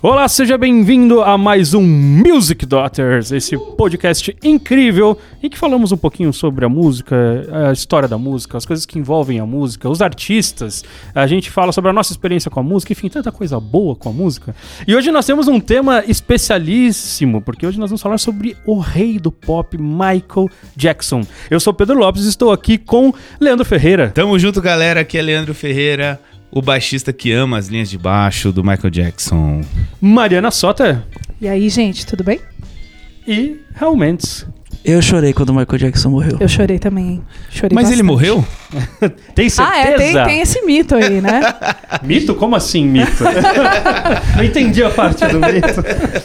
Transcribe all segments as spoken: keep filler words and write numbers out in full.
Olá, seja bem-vindo a mais um Music Daughters, esse podcast incrível em que falamos um pouquinho sobre a música, a história da música, as coisas que envolvem a música, os artistas. A gente fala sobre a nossa experiência com a música, enfim, tanta coisa boa com a música. E hoje nós temos um tema especialíssimo, porque hoje nós vamos falar sobre o rei do pop, Michael Jackson. Eu sou Pedro Lopes e estou aqui com Leandro Ferreira. Tamo junto, galera. Aqui é Leandro Ferreira, o baixista que ama as linhas de baixo do Michael Jackson. Mariana Soter. E aí, gente, tudo bem? E Raul Mendes. Eu chorei quando o Michael Jackson morreu. Eu chorei também, hein? Chorei Mas bastante. ele morreu? Tem certeza? Ah, é, tem, tem esse mito aí, né? Mito? Como assim mito? Não entendi a parte do mito.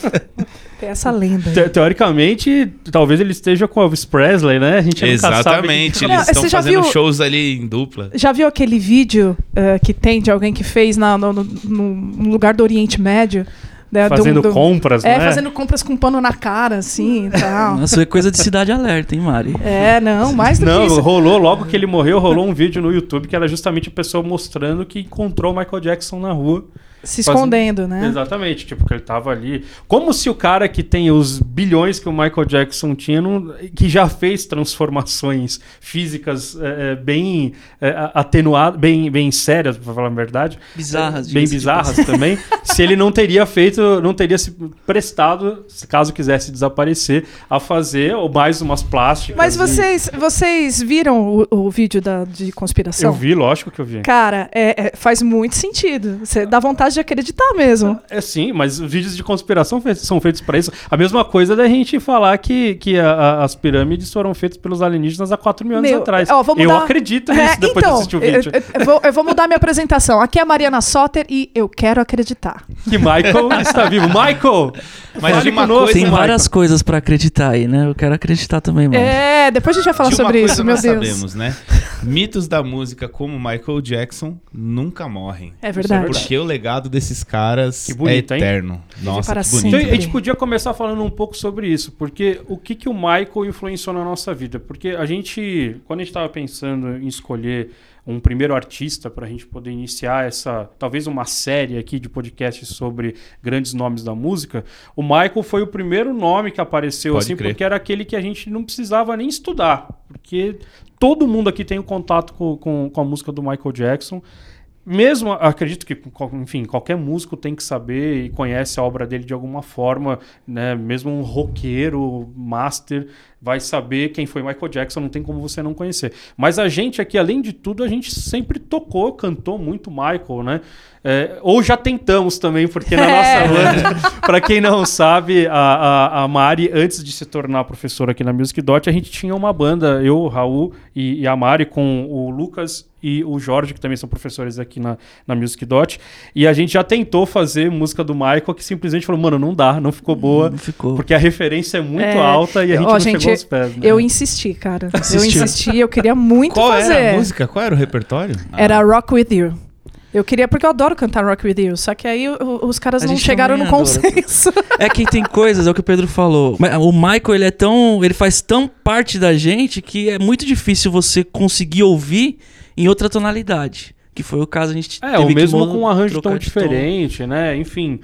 Tem essa lenda aí. Te- teoricamente, talvez ele esteja com o Elvis Presley, né? A gente nunca Exatamente, sabe. eles Não, estão você já fazendo viu- shows ali em dupla. Já viu aquele vídeo uh, que tem de alguém que fez na, no, no, no lugar do Oriente Médio? Né, Fazendo do- do- compras, É, né? fazendo compras com pano na cara, assim, e tal. Isso é coisa de Cidade Alerta, hein, Mari? É, não, mais do Não, que isso. rolou, logo que ele morreu, rolou um vídeo no YouTube que era justamente a pessoa mostrando que encontrou o Michael Jackson na rua. Se escondendo, Fazendo- né? Exatamente, tipo, que ele tava ali. Como se o cara que tem os bilhões que o Michael Jackson tinha, não- que já fez transformações físicas é, é, bem é, atenuadas, bem, bem sérias, pra falar a verdade. Bizarras. Bem diga-se de bizarras também, se ele não teria feito, não teria se prestado, caso quisesse desaparecer, a fazer ou mais umas plásticas. Mas e- vocês, vocês viram o, o vídeo da, de conspiração? Eu vi, lógico que eu vi. Cara, é- é- faz muito sentido. Você dá vontade de acreditar mesmo. É sim, mas os vídeos de conspiração fe- são feitos para isso. A mesma coisa da gente falar que, que a- a- as pirâmides foram feitas pelos alienígenas há quatro mil anos Meu, atrás. ó, vou Eu mudar- acredito nisso É, depois então, de assistir o eu, vídeo. eu- eu vou, eu vou mudar minha apresentação. Aqui é a Mariana Soter e eu quero acreditar. Que Michael está vivo. Michael! Mas fale de uma conosco, coisa- Tem Michael. várias coisas pra acreditar aí, né? Eu quero acreditar também, mano. É, depois a gente vai falar De uma sobre coisa isso, meu nós Deus. sabemos, né? Mitos da música como Michael Jackson nunca morrem. É verdade. Porque o legado desses caras Que bonito, é hein? eterno. Nossa, para que sempre. Então, bonito. a gente podia começar falando um pouco sobre isso, porque o que, que o Michael influenciou na nossa vida? Porque a gente, quando a gente estava pensando em escolher um primeiro artista para a gente poder iniciar essa, talvez uma série aqui de podcasts sobre grandes nomes da música, o Michael foi o primeiro nome que apareceu, Pode assim, crer. porque era aquele que a gente não precisava nem estudar, porque todo mundo aqui tem um contato com, com, com a música do Michael Jackson. Mesmo, acredito que, enfim, qualquer músico tem que saber e conhece a obra dele de alguma forma, né? Mesmo um roqueiro, master, vai saber quem foi Michael Jackson, não tem como você não conhecer. Mas a gente aqui, além de tudo, a gente sempre tocou, cantou muito Michael, né? É, ou já tentamos também, porque na nossa É. banda, pra quem não sabe, a, a, a Mari, antes de se tornar professora aqui na Music Dot, a gente tinha uma banda, eu, o Raul e, e a Mari, com o Lucas e o Jorge, que também são professores aqui na, na Music Dot, e a gente já tentou fazer música do Michael, que simplesmente falou, mano, não dá, não ficou boa, Não ficou. porque a referência é muito É. alta e a gente Ó, não gente, chegou aos pés. Né? Eu insisti, cara. Eu Insistiu. insisti, eu queria muito Qual fazer. era a música? Qual era o repertório? Era Rock With You. Eu queria, porque eu adoro cantar Rock With You, só que aí o- o- os caras A não gente chegaram no também adora. consenso. É que tem coisas, é o que o Pedro falou. Mas o Michael, ele é tão. Ele faz tão parte da gente que é muito difícil você conseguir ouvir em outra tonalidade. Que foi o caso, a gente É, teve ou que mesmo mon- com um arranjo trocar tão de tom. diferente, né? Enfim.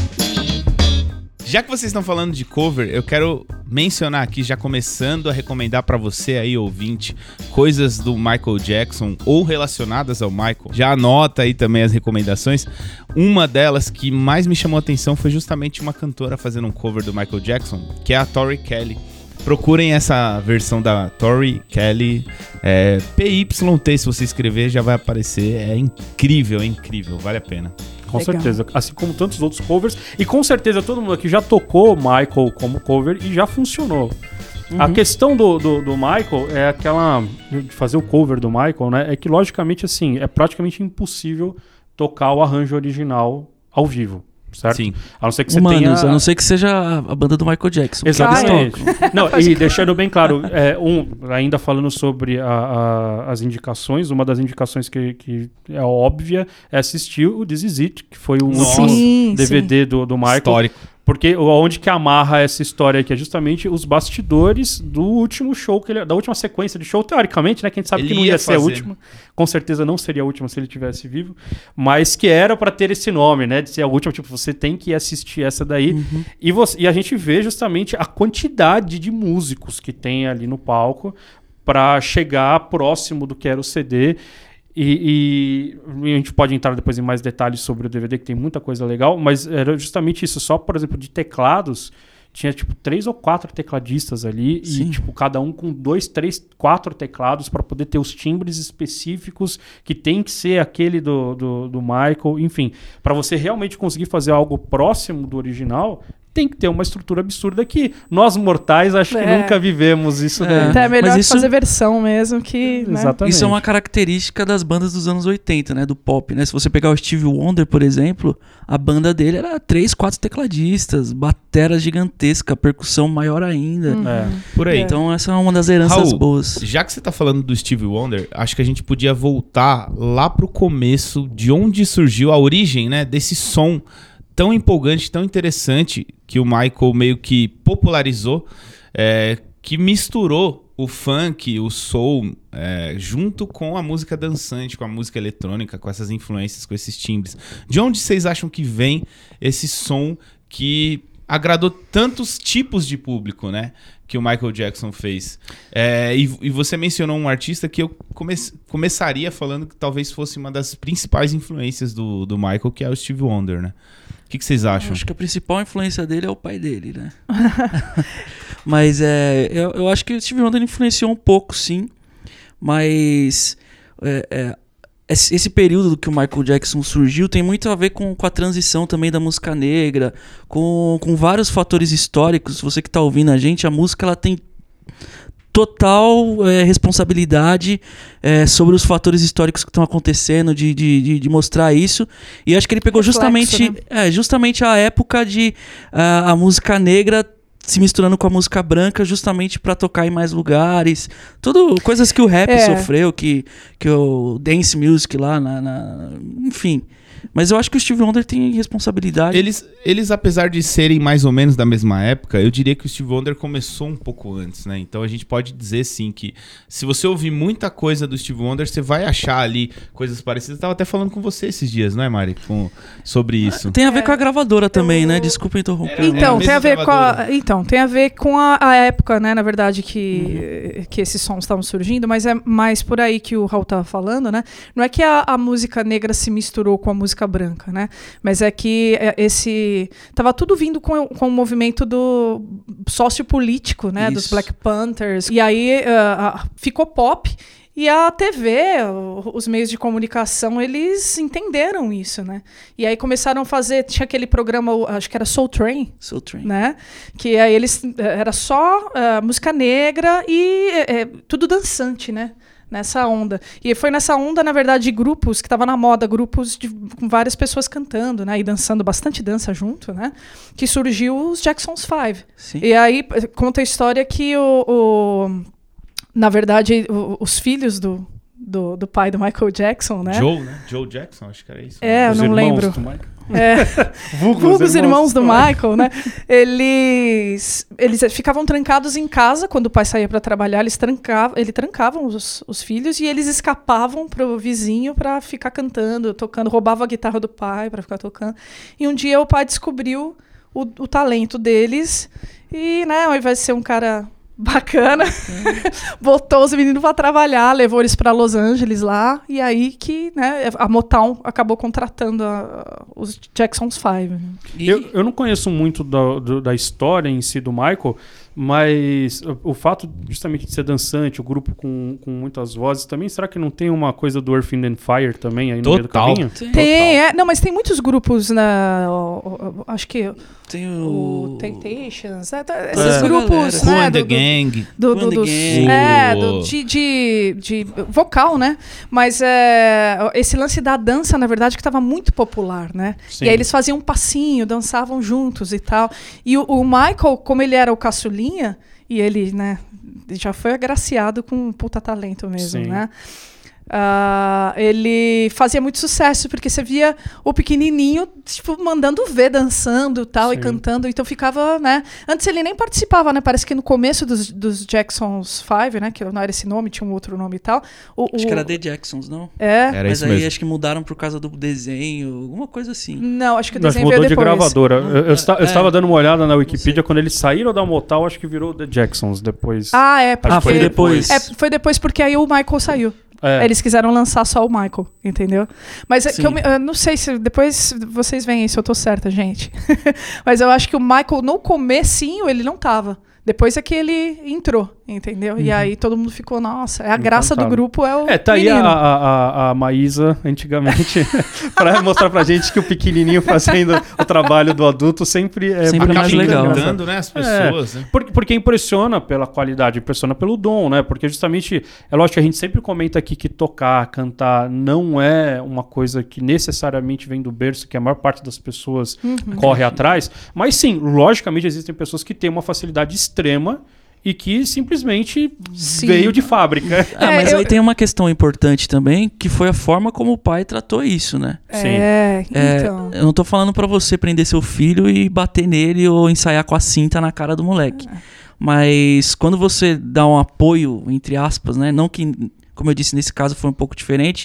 Já que vocês estão falando de cover, eu quero mencionar aqui, já começando a recomendar pra você aí, ouvinte, coisas do Michael Jackson ou relacionadas ao Michael. Já anota aí também as recomendações. Uma delas que mais me chamou a atenção foi justamente uma cantora fazendo um cover do Michael Jackson, que é a Tori Kelly. Procurem essa versão da Tori Kelly, é, P Y T, se você escrever já vai aparecer. É incrível, é incrível, vale a pena. Com Legal. certeza, assim como tantos outros covers. E com certeza todo mundo aqui já tocou Michael como cover e já funcionou. A Uhum. questão do, do, do Michael é aquela... de fazer o cover do Michael, né? É que, logicamente, assim, é praticamente impossível tocar o arranjo original ao vivo, certo? Sim. A não ser que você Humanos, tenha... a não ser que seja a, a banda do Michael Jackson. Exatamente. Eles tocam. Não, e deixando bem claro, é, um, ainda falando sobre a- a- as indicações, uma das indicações que, que é óbvia é assistir o This Is It, que foi um Nossa. último Sim, D V D do, do Michael. Histórico. Porque onde que amarra essa história aqui? É justamente os bastidores do último show, que ele, da última sequência de show, teoricamente, né? Que a gente sabe Ele que não ia ia ser a fazer. última. Com certeza não seria a última se ele tivesse vivo. Mas que era pra ter esse nome, né? De ser a última. Tipo, você tem que assistir essa daí. Uhum. E, você, e a gente vê justamente a quantidade de músicos que tem ali no palco pra chegar próximo do que era o C D. E, e a gente pode entrar depois em mais detalhes sobre o D V D, que tem muita coisa legal, mas era justamente isso. Só, por exemplo, de teclados, tinha tipo três ou quatro tecladistas ali, Sim. e tipo cada um com dois, três, quatro teclados para poder ter os timbres específicos que tem que ser aquele do, do, do Michael. Enfim, para você realmente conseguir fazer algo próximo do original, tem que ter uma estrutura absurda que nós mortais acho que É. nunca vivemos isso É. daí. Então é melhor Mas isso- fazer versão mesmo que. Né? Exatamente. Isso é uma característica das bandas dos anos oitenta, né? Do pop, né? Se você pegar o Stevie Wonder, por exemplo, a banda dele era três, quatro tecladistas, batera gigantesca, percussão maior ainda. Uhum. É. Por aí. Então essa é uma das heranças Raul, boas. Já que você tá falando do Stevie Wonder, acho que a gente podia voltar lá pro começo, de onde surgiu a origem, né, desse som tão empolgante, tão interessante, que o Michael meio que popularizou, é, que misturou o funk, o soul, é, junto com a música dançante, com a música eletrônica, com essas influências, com esses timbres. De onde vocês acham que vem esse som que agradou tantos tipos de público, né? Que o Michael Jackson fez. É, e, e você mencionou um artista que eu come, começaria falando que talvez fosse uma das principais influências do, do Michael, que é o Stevie Wonder, né? O que, que vocês acham? Acho que a principal influência dele é o pai dele, né? Mas é, eu, eu acho que o Stevie Wonder influenciou um pouco, sim. Mas é, é, esse, esse período que o Michael Jackson surgiu tem muito a ver com, com a transição também da música negra, com, com vários fatores históricos. Você que está ouvindo a gente, a música ela tem total é, responsabilidade é, sobre os fatores históricos que estão acontecendo, de, de, de, de mostrar isso. E acho que ele pegou Reflexo, justamente, né? é, justamente a época de a, a música negra se misturando com a música branca, justamente para tocar em mais lugares. Tudo coisas que o rap É. sofreu, que, que o dance music lá, na, na- enfim. Mas eu acho que o Stevie Wonder tem responsabilidade. Eles, eles, apesar de serem mais ou menos da mesma época, eu diria que o Stevie Wonder começou um pouco antes, né? Então a gente pode dizer, sim, que se você ouvir muita coisa do Stevie Wonder, você vai achar ali coisas parecidas. Eu tava até falando com você esses dias, não é, Mari? Com, sobre isso. Tem a ver com a gravadora também, eu- né? Desculpa interromper. É, Então, a tem a mesma ver com gravadora. a, então, tem a ver com a, a época, né, na verdade, que, que esses sons estavam surgindo, mas é mais por aí que o Raul estava falando, né? Não é que a, a música negra se misturou com a música branca, né? Mas é que é, esse... Tava tudo vindo com, com o movimento do sociopolítico, né? Dos Isso. Black Panthers. E aí ah, ah, ficou pop. E a T V, o- os meios de comunicação, eles entenderam isso, né? E aí começaram a fazer, tinha aquele programa, o- acho que era Soul Train, Soul Train. né? Que aí eles, eh, era só ah, música negra e eh, eh, tudo dançante, né? Nessa onda. E foi nessa onda, na verdade, de grupos, que estava na moda, grupos de, com várias pessoas cantando, né? E dançando, bastante dança junto, né? Que surgiu os Jackson's Five. Sim. E aí eh, conta a história que o, o- na verdade, o- os filhos do, do, do pai do Michael Jackson, né? Joe, né? Joe Jackson, acho que era isso. É, eu Os não irmãos lembro. do Michael. É, Vulgo, vulgos irmãos do Michael, né? Eles, eles ficavam trancados em casa quando o pai saía para trabalhar. Eles trancavam, ele trancavam os, os filhos e eles escapavam pro vizinho para ficar cantando, tocando, roubava a guitarra do pai para ficar tocando. E um dia o pai descobriu o, o talento deles e, né, ao invés de ser um cara bacana, botou os meninos para trabalhar, levou eles para Los Angeles lá, e aí que, né, a Motown acabou contratando a- os Jackson's Five. Né? E- Eu, eu não conheço muito da, do- da história em si do Michael, mas o, o fato justamente de ser dançante, o grupo com, com muitas vozes, também será que não tem uma coisa do Earth, Wind and Fire também aí no meio do Total. caminho? Tem, Tem, é, não, mas tem muitos grupos na, o- o- acho que tem o o... Temptations, né, tá, esses É. grupos, Who né, and the do- do- Gang. Do, do, Who and the dos- Gang. é, O- do- de, de, de vocal, né? Mas é, esse lance da dança, na verdade, que estava muito popular, né? Sim. E aí eles faziam um passinho, dançavam juntos e tal. E o, o Michael, como ele era o caçulinha, e ele, né, já foi agraciado com um puta talento mesmo, Sim. né? Uh, ele fazia muito sucesso, porque você via o pequenininho, tipo, mandando ver, dançando e tal, Sim. e cantando, então ficava, né? Antes ele nem participava, né? Parece que no começo dos, dos Jacksons Five, né? Que não era esse nome, tinha um outro nome e tal. O, Acho o... que era The Jacksons, não? É? Era Mas isso aí mesmo. acho que mudaram por causa do desenho, alguma coisa assim. Não, acho que o Nós desenho mudou veio de depois. gravadora. Eu, eu, esta- eu É. estava dando uma olhada na sei. Wikipedia, quando eles saíram da Motown, acho que virou The Jacksons depois. Ah, é, porque... Ah, foi depois. É, foi depois porque aí o Michael saiu. É. Eles quiseram lançar só o Michael, entendeu? Mas é que Sim. eu, me- eu não sei se depois vocês veem se eu tô certa, gente. Mas eu acho que o Michael, no comecinho, ele não tava. Depois é que ele entrou, entendeu? E aí todo mundo ficou, nossa, é a graça do Encantado. grupo é o É, tá aí a, menino. a, a, a Maísa, antigamente, pra mostrar pra gente que o pequenininho fazendo o trabalho do adulto sempre é Sempre é mais bonitinho, legal. engraçado. Encantando, né, as pessoas, né? Porque, porque impressiona pela qualidade, impressiona pelo dom, né? Porque justamente, é lógico que a gente sempre comenta aqui que tocar, cantar não é uma coisa que necessariamente vem do berço, que a maior parte das pessoas Uhum. corre atrás. Mas sim, logicamente existem pessoas que têm uma facilidade extrema e que simplesmente Sim. veio de fábrica. Ah, É, mas eu- aí tem uma questão importante também, que foi a forma como o pai tratou isso, né? É, É, então. eu não tô falando pra você prender seu filho e bater nele ou ensaiar com a cinta na cara do moleque. Mas quando você dá um apoio, entre aspas, né? Não que, como eu disse, nesse caso foi um pouco diferente,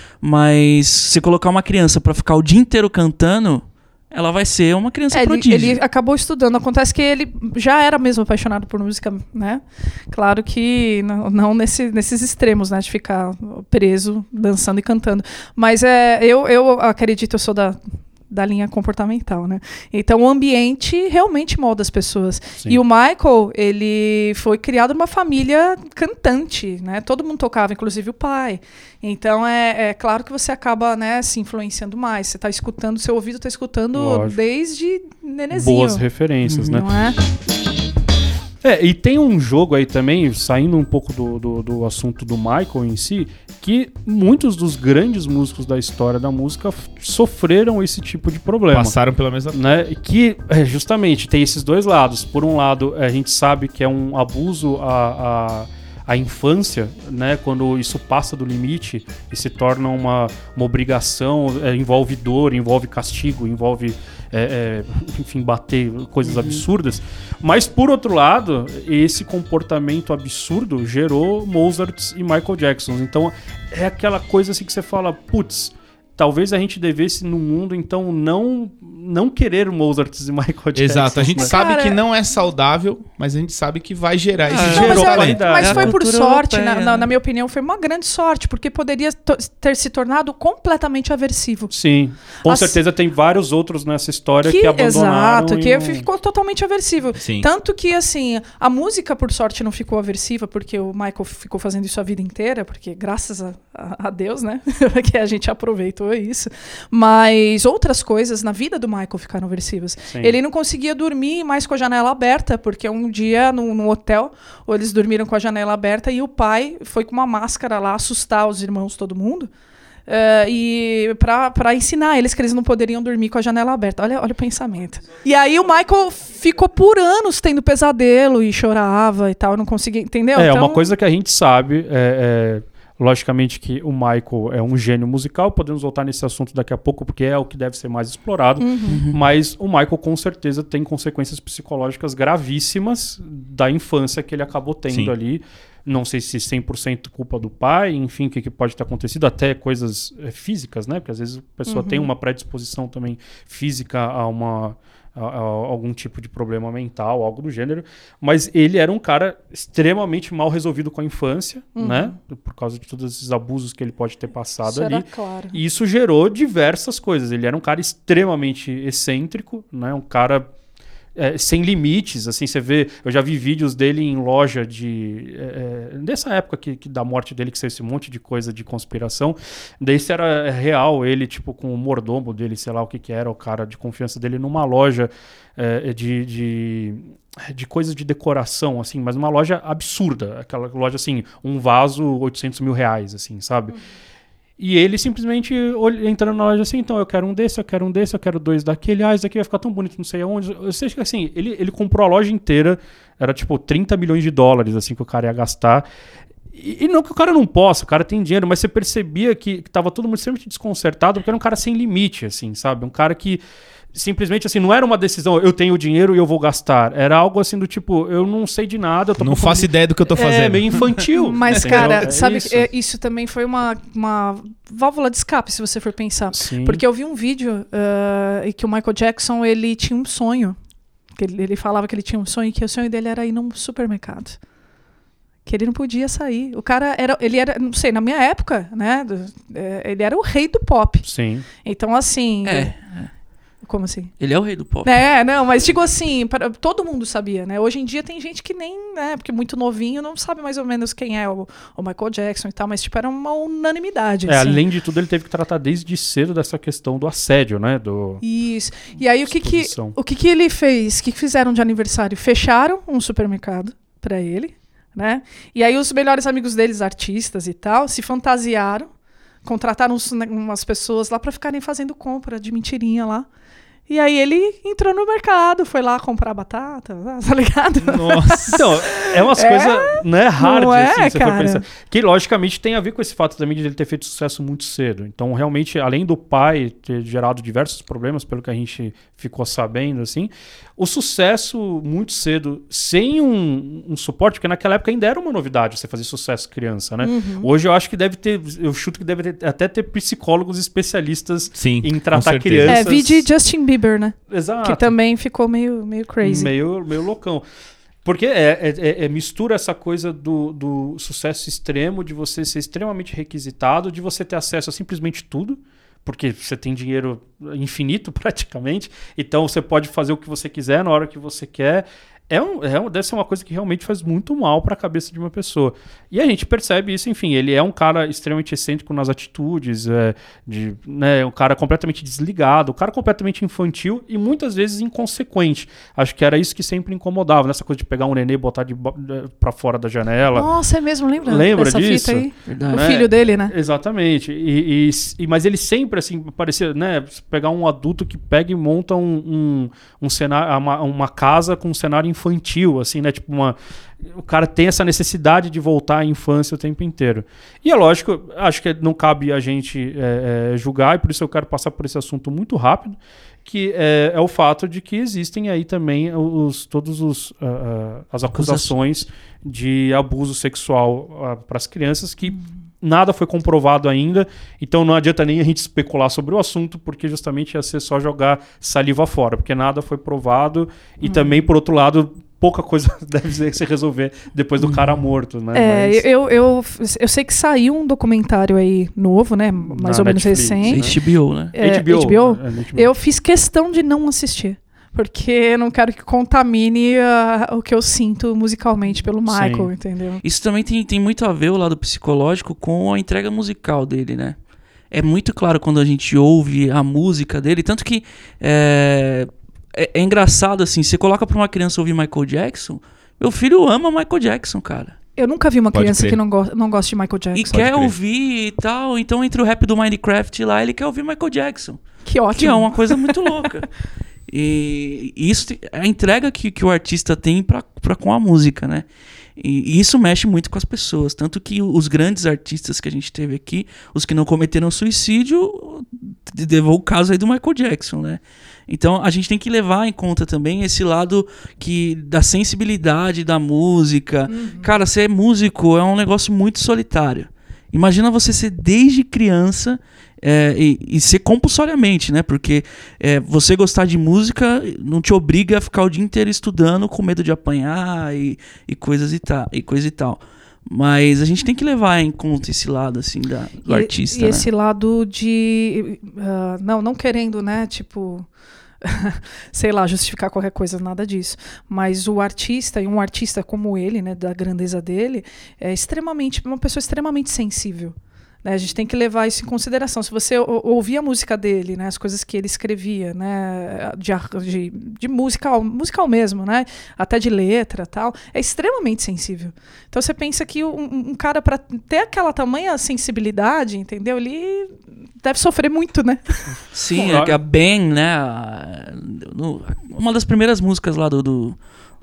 mas se colocar uma criança pra ficar o dia inteiro cantando, ela vai ser uma criança É, ele, prodígio. ele acabou estudando. Acontece que ele já era mesmo apaixonado por música, né? Claro que não, não nesse, nesses extremos, né? De ficar preso, dançando e cantando. Mas é, eu, eu acredito, eu sou da, da linha comportamental, né? Então o ambiente realmente molda as pessoas. Sim. E o Michael, ele foi criado numa família cantante, né? Todo mundo tocava, inclusive o pai. Então é, é claro que você acaba, né, se influenciando mais. Você está escutando, seu ouvido está escutando Lógico. desde nenezinho. Boas referências, né? Não é? É, e tem um jogo aí também, saindo um pouco do, do, do assunto do Michael em si, que muitos dos grandes músicos da história da música f- sofreram esse tipo de problema. Passaram pela mesma... Né? E que, é, justamente, tem esses dois lados. Por um lado, a gente sabe que é um abuso a... a a infância, né, quando isso passa do limite e se torna uma, uma obrigação, é, envolve dor, envolve castigo, envolve, é, é, enfim, bater, coisas absurdas. Mas, por outro lado, esse comportamento absurdo gerou Mozart e Michael Jackson. Então, é aquela coisa assim que você fala, putz, talvez a gente devesse no mundo, então, não, não querer Mozart e Michael Jackson. Exato, a gente né? sabe Cara, que não é saudável, mas a gente sabe que vai gerar esse Ah, Não, gerou mas, é- qualidade. mas É a foi por cultura sorte, na, europeia, na- né? na minha opinião, foi uma grande sorte, porque poderia to- ter se tornado completamente aversivo. Sim, com As- certeza tem vários outros nessa história que, Que, abandonaram. exato, e que não- ficou totalmente aversivo. Sim. Tanto que, assim, a música, por sorte, não ficou aversiva, porque o Michael ficou fazendo isso a vida inteira, porque graças a, a- a Deus, né, que a gente aproveitou isso. Mas outras coisas na vida do Michael ficaram aversivas. Sim. Ele não conseguia dormir mais com a janela aberta, porque um dia, no, no hotel, eles dormiram com a janela aberta e o pai foi com uma máscara lá assustar os irmãos, todo mundo. eh, e pra, pra ensinar eles que eles não poderiam dormir com a janela aberta. Olha, olha o pensamento. E aí o Michael ficou por anos tendo pesadelo e chorava e tal, não conseguia, entendeu? É, Então, uma coisa que a gente sabe, é, é, logicamente que o Michael é um gênio musical, podemos voltar nesse assunto daqui a pouco, porque é o que deve ser mais explorado, Uhum. mas o Michael com certeza tem consequências psicológicas gravíssimas da infância que ele acabou tendo Sim. ali. Não sei se cem por cento culpa do pai, enfim, o que, que pode ter acontecido, até coisas é, físicas, né? Porque às vezes a pessoa Uhum. tem uma predisposição também física a uma... A, a algum tipo de problema mental, algo do gênero, mas ele era um cara extremamente mal resolvido com a infância, Uhum. né? Por causa de todos esses abusos que ele pode ter passado isso ali. era claro. E isso gerou diversas coisas. Ele era um cara extremamente excêntrico, né? Um cara é, sem limites, assim, você vê... Eu já vi vídeos dele em loja de... É, é, dessa época que, que da morte dele, que saiu esse monte de coisa de conspiração. Daí isso era real, ele, tipo, com o mordomo dele, sei lá o que que era, o cara de confiança dele, numa loja é, de... de de coisas de decoração, assim, mas uma loja absurda. Aquela loja, assim, um vaso, oitocentos mil reais, assim, sabe? Uhum. E ele simplesmente olh- entrando na loja assim, então eu quero um desse, eu quero um desse, eu quero dois daquele, ah, esse daqui vai ficar tão bonito, não sei aonde. Eu sei que assim, ele, ele comprou a loja inteira, era tipo trinta milhões de dólares, assim, que o cara ia gastar. E, e não que o cara não possa, o cara tem dinheiro, mas você percebia que, que tava todo mundo extremamente desconcertado, porque era um cara sem limite, assim, sabe? Um cara que simplesmente, assim, não era uma decisão, eu tenho dinheiro e eu vou gastar. Era algo assim do tipo, eu não sei de nada. Eu tô não faço ideia do que eu tô fazendo. É, meio infantil. Mas, entendeu? cara, É sabe, isso. é, isso também foi uma, uma válvula de escape, se você for pensar. Sim. Porque eu vi um vídeo uh, em que o Michael Jackson, ele tinha um sonho. Que ele, ele falava que ele tinha um sonho, que o sonho dele era ir num supermercado. Que ele não podia sair. O cara era, ele era, não sei, na minha época, né, do, é, ele era o rei do pop. Sim. Então, assim... É. Como assim? Ele é o rei do pop. É, não, mas digo assim, para, todo mundo sabia, né? Hoje em dia tem gente que nem, né, porque muito novinho não sabe mais ou menos quem é o, o Michael Jackson e tal, mas tipo, era uma unanimidade. É, assim. além de tudo, ele teve que tratar desde cedo dessa questão do assédio, né? Do... Isso. E aí o que que, Exposição. o que que ele fez? O que que fizeram de aniversário? Fecharam um supermercado pra ele, né? E aí os melhores amigos deles, artistas e tal, se fantasiaram, contrataram uns, né, umas pessoas lá pra ficarem fazendo compra de mentirinha lá. E aí ele entrou no mercado, foi lá comprar batata, tá ligado? Nossa. Então, é umas É, coisas, né, hard, não é, assim, se você for cara? pensar. Que, logicamente, tem a ver com esse fato também de ele ter feito sucesso muito cedo. Então, realmente, além do pai ter gerado diversos problemas, pelo que a gente ficou sabendo, assim, o sucesso muito cedo, sem um, um suporte, porque naquela época ainda era uma novidade você fazer sucesso criança, né? Uhum. Hoje eu acho que deve ter, eu chuto que deve ter, até ter psicólogos especialistas Sim, em com tratar certeza. crianças. É, vi de Justin Bieber, né? Exato. Que também ficou meio, meio crazy. Meio, meio loucão. Porque é, é, é mistura essa coisa do, do sucesso extremo, de você ser extremamente requisitado, de você ter acesso a simplesmente tudo, porque você tem dinheiro infinito praticamente, então você pode fazer o que você quiser na hora que você quer. É um, é um, deve ser uma coisa que realmente faz muito mal para a cabeça de uma pessoa. E a gente percebe isso, enfim, ele é um cara extremamente excêntrico nas atitudes, é, de, né, um cara completamente desligado, um cara completamente infantil e muitas vezes inconsequente. Acho que era isso que sempre incomodava, nessa coisa de pegar um nenê e botar de, para fora da janela. Nossa, é mesmo, lembra? Lembra dessa disso? fita aí? Verdade. O Né? filho dele, né? Exatamente. E, e- e- mas ele sempre, assim, parecia, né? Pegar um adulto que pega e monta um, um, um cenário, uma, uma casa com um cenário infantil, assim, né? Tipo, uma. O cara tem essa necessidade de voltar à infância o tempo inteiro. E é lógico, acho que não cabe a gente é, é, julgar, e por isso eu quero passar por esse assunto muito rápido, que é, é o fato de que existem aí também os, todos os, uh, uh, as acusações de abuso sexual uh, para as crianças que nada foi comprovado ainda, então não adianta nem a gente especular sobre o assunto, porque justamente ia ser só jogar saliva fora, porque nada foi provado e também, por outro lado, pouca coisa deve se resolver depois do cara morto, né? É, Mas- eu, eu, eu sei que saiu um documentário aí novo, né? Mais Na ou menos Netflix, recente. H B O, né? É, H B O. H B O? É, H B O. Eu fiz questão de não assistir. Porque eu não quero que contamine ah, o que eu sinto musicalmente pelo Michael, Sim. entendeu? Isso também tem, tem muito a ver, o lado psicológico, com a entrega musical dele, né? É muito claro quando a gente ouve a música dele, tanto que é, é, é engraçado, assim, você coloca pra uma criança ouvir Michael Jackson, meu filho ama Michael Jackson, cara. Eu nunca vi uma Pode criança crer. que não, go não gosta de Michael Jackson. E quer crer. ouvir e tal, então entre o rap do Minecraft lá, ele quer ouvir Michael Jackson. Que ótimo. Que é uma coisa muito louca. E isso é a entrega que, que o artista tem pra, pra com a música, né? E, e isso mexe muito com as pessoas. Tanto que os grandes artistas que a gente teve aqui, os que não cometeram suicídio, levou o caso aí do Michael Jackson, né? Então a gente tem que levar em conta também esse lado que, da sensibilidade da música. Uhum. Cara, ser músico é um negócio muito solitário. Imagina você ser desde criança é, e, e ser compulsoriamente, né? Porque é, você gostar de música não te obriga a ficar o dia inteiro estudando com medo de apanhar e, e coisas e, ta, e coisa e tal. Mas a gente tem que levar em conta esse lado, assim, da, do e, artista, E né? esse lado de... ah, não, não querendo, né? Tipo... sei lá, justificar qualquer coisa, nada disso. Mas o artista, e um artista como ele, né, da grandeza dele, é extremamente, uma pessoa extremamente sensível. Né? A gente tem que levar isso em consideração. Se você ou- ouvir a música dele, né, as coisas que ele escrevia, né, de, ar- de, de musical, musical mesmo, né, até de letra, tal, é extremamente sensível. Então você pensa que um, um cara, para ter aquela tamanha sensibilidade, entendeu? Ele deve sofrer muito, né? Sim, Bom, a, a Ben, né? a- no- uma das primeiras músicas lá do, do,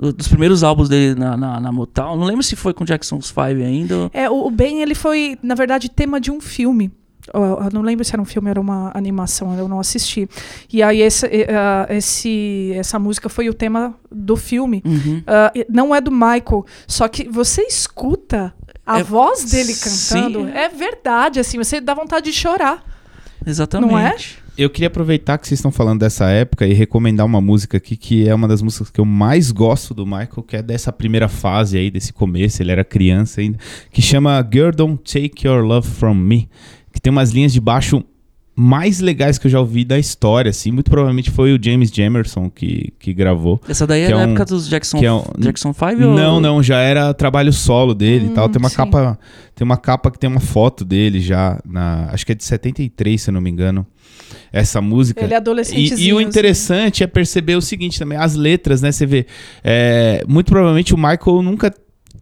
dos primeiros álbuns dele na, na, na Motown. Não lembro se foi com Jackson's Five ainda. É, o, o Ben, ele foi, na verdade, tema de um filme. Eu não lembro se era um filme, era uma animação, eu não assisti. E aí esse, uh, esse, essa música foi o tema do filme. Uhum. Uh, não é do Michael, só que você escuta a É, voz dele cantando. sim. É verdade, assim, você dá vontade de chorar. Exatamente. Não é? Eu queria aproveitar que vocês estão falando dessa época e recomendar uma música aqui que é uma das músicas que eu mais gosto do Michael, que é dessa primeira fase aí, desse começo, ele era criança ainda, que chama Girl Don't Take Your Love From Me, que tem umas linhas de baixo mais legais que eu já ouvi da história, assim. Muito provavelmente foi o James Jamerson que, que gravou. Essa daí que é é da um- época dos Jackson, que é um- Jackson Five? Não, ou... não, já era trabalho solo dele Hum, e tal. Tem uma sim. capa, tem uma capa que tem uma foto dele já na, acho que é de setenta e três, se eu não me engano. Essa música. Ele é adolescentezinho. E, e o assim. interessante é perceber o seguinte também, as letras, né? Você vê, é, muito provavelmente o Michael nunca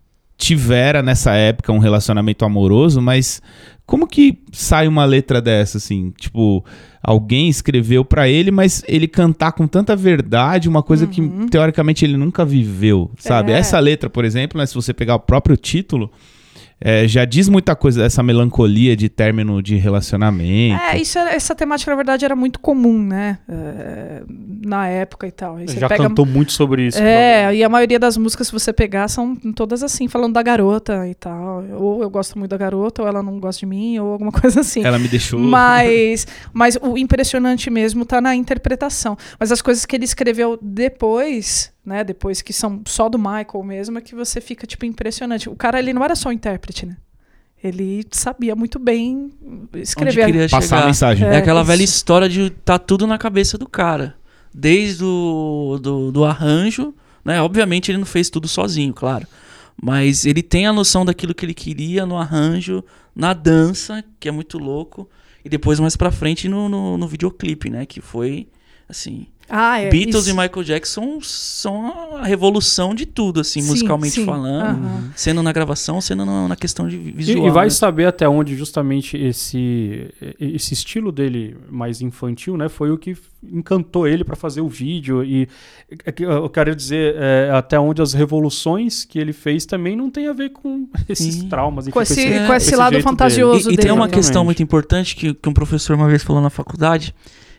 tivera nessa época um relacionamento amoroso, mas como que sai uma letra dessa, assim? Tipo, alguém escreveu pra ele, mas ele cantar com tanta verdade uma coisa que teoricamente ele nunca viveu, sabe? É. Essa letra, por exemplo, né, se você pegar o próprio título, é, já diz muita coisa dessa melancolia de término de relacionamento. É, isso era- essa temática, na verdade, era muito comum, né? É, na época e tal. Aí você Já pega- cantou muito sobre isso. É, e a maioria das músicas, se você pegar, são todas assim, falando da garota e tal. Ou eu gosto muito da garota, ou ela não gosta de mim, ou alguma coisa assim. Ela me deixou... Mas, mas o impressionante mesmo tá na interpretação. Mas as coisas que ele escreveu depois, né? Depois que são só do Michael mesmo, é que você fica, tipo, impressionante. O cara, ele não era só intérprete, né? Ele sabia muito bem escrever. Onde queria Passar a chegar. mensagem. É, É, aquela isso. velha história de tá tudo na cabeça do cara. Desde o do, do arranjo, né? Obviamente ele não fez tudo sozinho, claro. Mas ele tem a noção daquilo que ele queria no arranjo, na dança, que é muito louco. E depois mais pra frente no, no, no videoclipe, né? Que foi, assim... Ah, é, Beatles isso. e Michael Jackson são a revolução de tudo, assim, Sim, musicalmente sim. falando. Aham. Sendo na gravação, sendo na, na questão de E, visual. e vai né? saber até onde justamente esse, esse estilo dele mais infantil, né, foi o que encantou ele para fazer o vídeo. E é que eu quero dizer é, até onde as revoluções que ele fez também não tem a ver com esses Sim. traumas. enfim, Com esse, É, com esse esse lado jeito fantasioso E, e dele. tem uma Exatamente. questão muito importante que, que um professor uma vez falou na faculdade,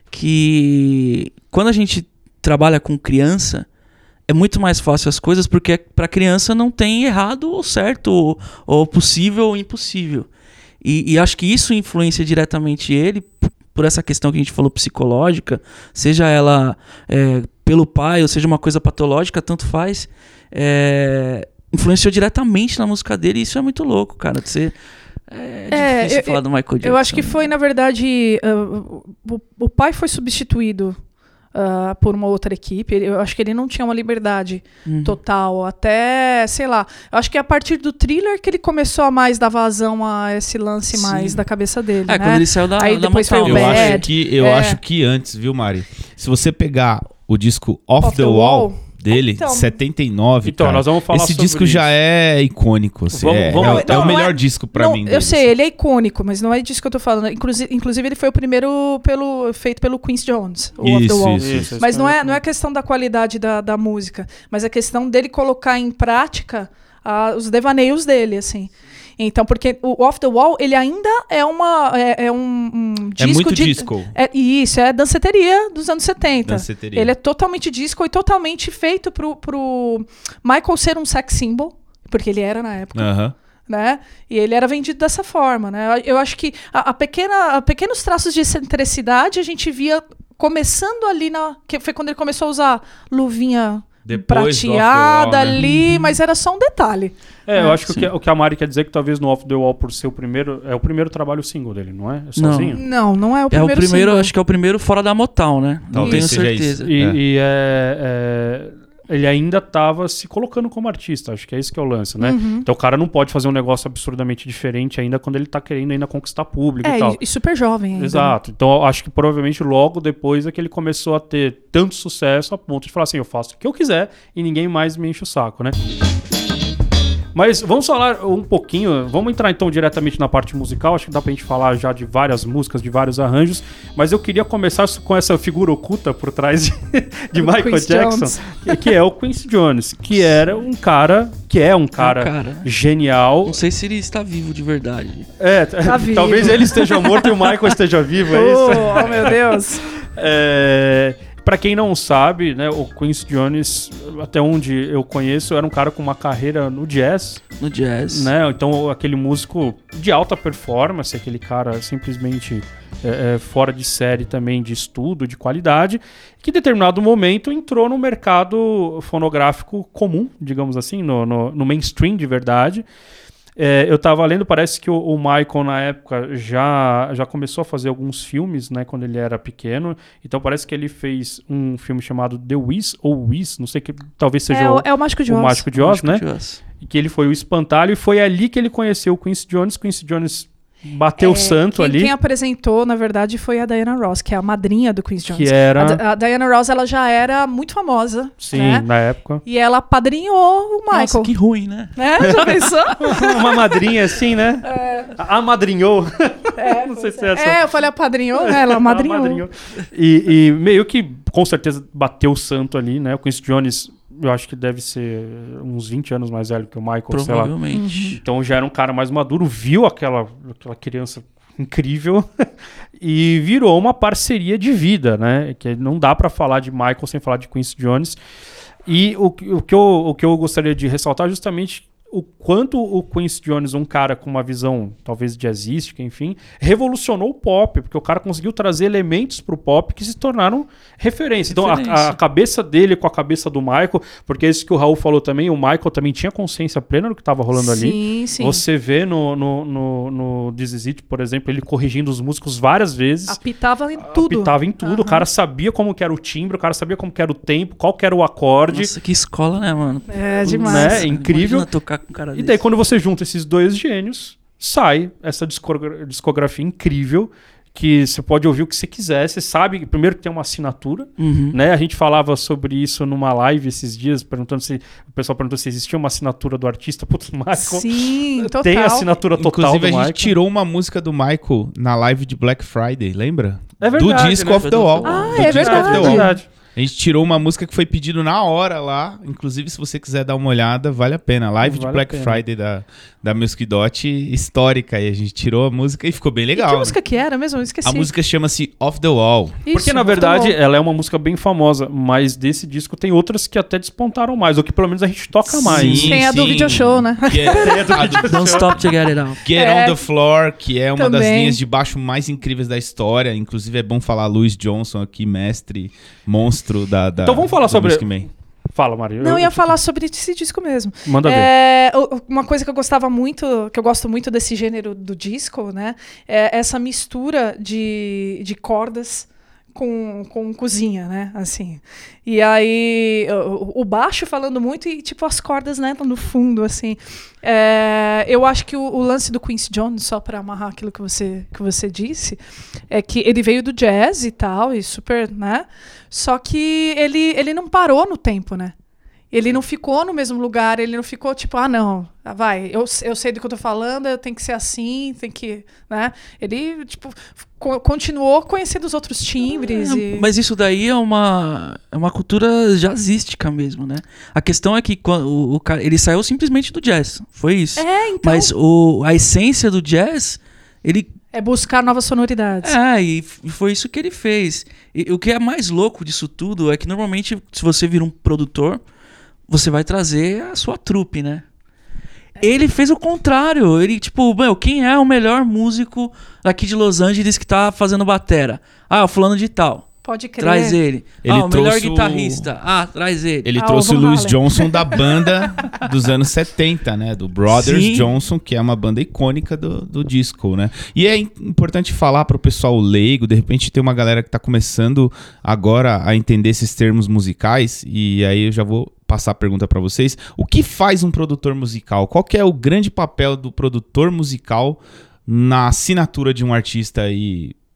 que quando a gente trabalha com criança, é muito mais fácil as coisas, porque para criança não tem errado ou certo, ou, ou possível ou impossível. E, e acho que isso influencia diretamente ele, p- por essa questão que a gente falou psicológica, seja ela é, pelo pai, ou seja uma coisa patológica, tanto faz, é, influenciou diretamente na música dele, e isso é muito louco, cara. Você, é É, difícil eu- falar do Michael Jackson. Eu acho que foi, na verdade, uh, o, o pai foi substituído uh, por uma outra equipe. Ele- Eu acho que ele não tinha uma liberdade Uhum. total. Até, sei lá, eu acho que é a partir do Thriller que ele começou a mais dar vazão a esse lance Sim. mais da cabeça dele, É, né? quando ele saiu da, Aí da depois Motown. foi o Eu Bad. acho que eu É. acho que antes, viu, Mari? Se você pegar o disco Off, Off the, the Wall, Wall, dele, então- de setenta e nove, Então, cara, nós vamos falar esse sobre disco já isso. é icônico. Assim, Vamos- é, vamos- é o- Não, é, não, o não melhor é- disco pra não, mim. eu dele, sei, assim. ele é icônico, mas não é disso que eu tô falando. Inclusive, inclusive ele foi o primeiro pelo, feito pelo Quincy Jones, o Off the Isso, Wall. isso, Isso, Mas não é, isso não é questão da qualidade da, da música, mas é questão dele colocar em prática ah, os devaneios dele, assim. Então, porque o Off the Wall, ele ainda é uma é, é um, um É disco muito de... disco. É, isso, é danceteria dos anos setenta. Danceteria. Ele é totalmente disco e totalmente feito pro, pro Michael ser um sex symbol, porque ele era na época. Aham. Né? E ele era vendido dessa forma, né? Eu acho que a, a pequena, a pequenos traços de excentricidade a gente via começando ali na, que foi quando ele começou a usar luvinha Depois do Off the Wall, prateada né? ali, mas era só um detalhe. É, eu É, acho que o, que o que a Mari quer dizer é que talvez no Off the Wall, por ser o primeiro, é o primeiro trabalho single dele, não é? É Não. sozinho? Não, não é o É o primeiro. primeiro, single. acho que é o primeiro fora da Motown, né? Não Talvez tenho seja certeza. isso. E, É. e é, é, ele ainda estava se colocando como artista, acho que é isso que é o lance, né? Uhum. Então o cara não pode fazer um negócio absurdamente diferente ainda quando ele tá querendo ainda conquistar público É, e tal. e, e super jovem ainda. Exato. Então eu acho que provavelmente logo depois é que ele começou a ter tanto sucesso a ponto de falar assim, eu faço o que eu quiser e ninguém mais me enche o saco, né? Mas vamos falar um pouquinho, vamos entrar então diretamente na parte musical, acho que dá pra gente falar já de várias músicas, de vários arranjos, mas eu queria começar com essa figura oculta por trás de, de Michael Quincy Jackson, que, que é o Quincy Jones, que era um cara, que é um cara, É um cara. genial. Não sei se ele está vivo de verdade. É, Tá vivo. talvez ele esteja morto e o Michael esteja vivo, é Oh, isso? oh, meu Deus. É, pra quem não sabe, né, o Quincy Jones, até onde eu conheço, era um cara com uma carreira no jazz, No jazz. né? Então aquele músico de alta performance, aquele cara simplesmente é, é, fora de série também de estudo, de qualidade, que em determinado momento entrou no mercado fonográfico comum, digamos assim, no, no, no mainstream de verdade. É, eu tava lendo, parece que o, o Michael na época já, já começou a fazer alguns filmes, né, quando ele era pequeno. Então parece que ele fez um filme chamado The Wiz, ou Wiz, não sei, que talvez seja É o, o, é o Mágico de o Oz. Mágico de Oz, Mágico né? de Oz. E que ele foi o espantalho, e foi ali que ele conheceu o Quincy Jones. Quincy Jones bateu o santo quem, ali. Quem apresentou, na verdade, foi a Diana Ross, que é a madrinha do Quincy Jones. Que era- A, Di- a Diana Ross, ela já era muito famosa, Sim, né? na época. E ela padrinhou o Michael. Nossa, que ruim, né? Né? Já pensou? Uma madrinha assim, né? A Amadrinhou. É, Não sei pois se é essa. É, eu falei apadrinhou, né? Ela amadrinhou. Amadrinhou. E, e meio que, com certeza, bateu o santo ali, né? O Quincy Jones, eu acho que deve ser uns vinte anos mais velho que o Michael, sei lá. Provavelmente. Então já era um cara mais maduro, viu aquela, aquela criança incrível e virou uma parceria de vida, né? Que não dá pra falar de Michael sem falar de Quincy Jones. E o, o, que eu, o que eu gostaria de ressaltar é justamente o quanto o Quincy Jones, um cara com uma visão talvez jazzística, enfim, revolucionou o pop, porque o cara conseguiu trazer elementos pro pop que se tornaram referência. Então a- Referência. A, a cabeça dele com a cabeça do Michael, porque isso que o Raul falou também, o Michael também tinha consciência plena do que estava rolando ali. Sim, sim. Você vê no, no, no, no This Is It, por exemplo, ele corrigindo os músicos várias vezes. Apitava em tudo. Apitava em tudo. O cara sabia como que era o timbre, o cara sabia como que era o tempo, qual que era o acorde. Nossa, que escola, né, mano? É demais. Né? É incrível. Imagina tocar com um cara E desse. daí, quando você junta esses dois gênios, sai essa discogra- discografia incrível, que você pode ouvir o que você quiser. Você sabe, primeiro, que tem uma assinatura, Uhum. né? A gente falava sobre isso numa live esses dias, perguntando se o pessoal perguntou se existia uma assinatura do artista. Putz, Michael Sim, total. tem a assinatura total Inclusive, do a gente Michael. tirou uma música do Michael na live de Black Friday, lembra? É verdade, do Disco né? of the Wall. Ah, do é Disco of the verdade. Wall. verdade. A gente tirou uma música que foi pedido na hora lá. Inclusive, se você quiser dar uma olhada, vale a pena. Live Vale de a Black pena. Friday da, da Music Dot, histórica. E a gente tirou a música e ficou bem E legal. que né? música que era mesmo? Eu esqueci. A música chama-se Off the Wall. Isso, Porque, na muito verdade, bom. ela é uma música bem famosa, mas desse disco tem outras que até despontaram mais, ou que pelo menos a gente toca mais. Sim, Tem a do sim. video show, né? Que é a do Don't stop to get it out. Get É. on the Floor, que é uma das Também. linhas de baixo mais incríveis da história. Inclusive, é bom falar Louis Johnson aqui, mestre, monstro da, da Então vamos falar do sobre- Music Man. Fala, Maria. Não, eu ia falar sobre esse disco mesmo. Manda ver. É, o- uma coisa que eu gostava muito, que eu gosto muito desse gênero do disco, né? É essa mistura de, de cordas com, com cozinha, né? Assim. E aí, o, o baixo falando muito e, tipo, as cordas, né? No fundo, assim. É, eu acho que o, o lance do Quincy Jones, só para amarrar aquilo que você, que você disse, é que ele veio do jazz e tal, e super, né? Só que ele, ele não parou no tempo, né? Ele não ficou no mesmo lugar, ele não ficou tipo, ah, não, ah, vai, eu, eu sei do que eu tô falando, eu tenho que ser assim, tem que, né? Ele, tipo, co- continuou conhecendo os outros timbres É, e... Mas isso daí é uma, é uma cultura jazzística mesmo, né? A questão é que quan- o, o cara, ele saiu simplesmente do jazz, foi isso. É, então, Mas o, a essência do jazz, ele é buscar novas sonoridades. É, e f- foi isso que ele fez. E o que é mais louco disso tudo é que normalmente, se você vira um produtor, você vai trazer a sua trupe, né? Ele fez o contrário. Ele, tipo, meu, quem é o melhor músico daqui de Los Angeles que tá fazendo batera? Ah, o fulano de tal. Pode crer. Traz ele. Ele ah, o melhor trouxe o- guitarrista. Ah, traz ele. Ele Ah, trouxe o o Van Louis Halen. Johnson da banda dos anos setenta, né? Do Brothers Sim. Johnson, que é uma banda icônica do, do disco, né? E é im- importante falar para o pessoal leigo, de repente tem uma galera que tá começando agora a entender esses termos musicais, e aí eu já vou passar a pergunta para vocês. O que faz um produtor musical? Qual que é o grande papel do produtor musical na assinatura de um artista aí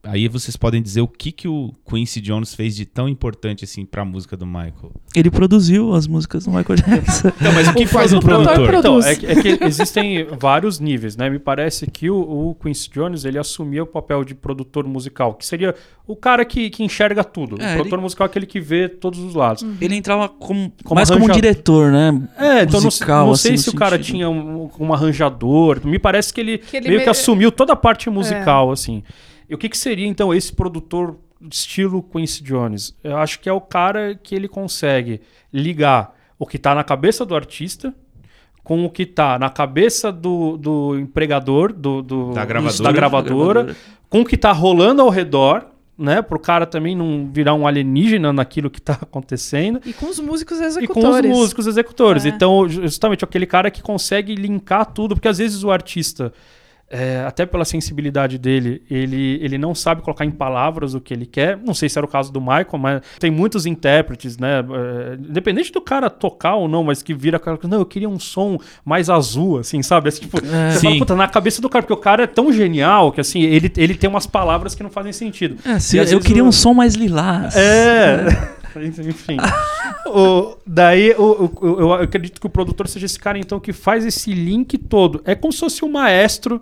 aí vocês podem dizer o que, que o Quincy Jones fez de tão importante assim pra música do Michael. Ele produziu as músicas do Michael Jackson. Não, mas o que O faz um produtor produtor? Então, produz. é que, é que existem vários níveis, né? Me parece que o, o Quincy Jones, ele assumia o papel de produtor musical, que seria o cara que, que enxerga tudo. É, o produtor ele- musical é aquele que vê todos os lados. Ele entrava como, Como mais como um arranjador. diretor, né? É, então musical, não, não assim, sei no se o cara sentido. tinha um, um arranjador. Me parece que ele, Que ele meio me- que assumiu toda a parte musical, assim. E o que, que seria, então, esse produtor estilo Quincy Jones? Eu acho que é o cara que ele consegue ligar o que tá na cabeça do artista com o que tá na cabeça do, do empregador, do, do- Da do- gravadora. da gravadora, com o que tá rolando ao redor, né? Pro cara também não virar um alienígena naquilo que tá acontecendo. E com os músicos E com os executores. músicos executores. É. Então, justamente aquele cara que consegue linkar tudo, porque às vezes o artista, é, até pela sensibilidade dele, ele, ele não sabe colocar em palavras o que ele quer. Não sei se era o caso do Michael, mas tem muitos intérpretes, né? É, independente do cara tocar ou não, mas que vira aquela coisa, não, eu queria um som mais azul, assim, sabe? Assim, tipo, É. você fala, Sim. puta, na cabeça do cara, porque o cara é tão genial que, assim, ele, ele tem umas palavras que não fazem sentido. É, se- E às eu vezes queria o- um som mais lilás. É. Enfim. O- daí o- o- eu acredito que o produtor seja esse cara, então, que faz esse link todo. É como se fosse o maestro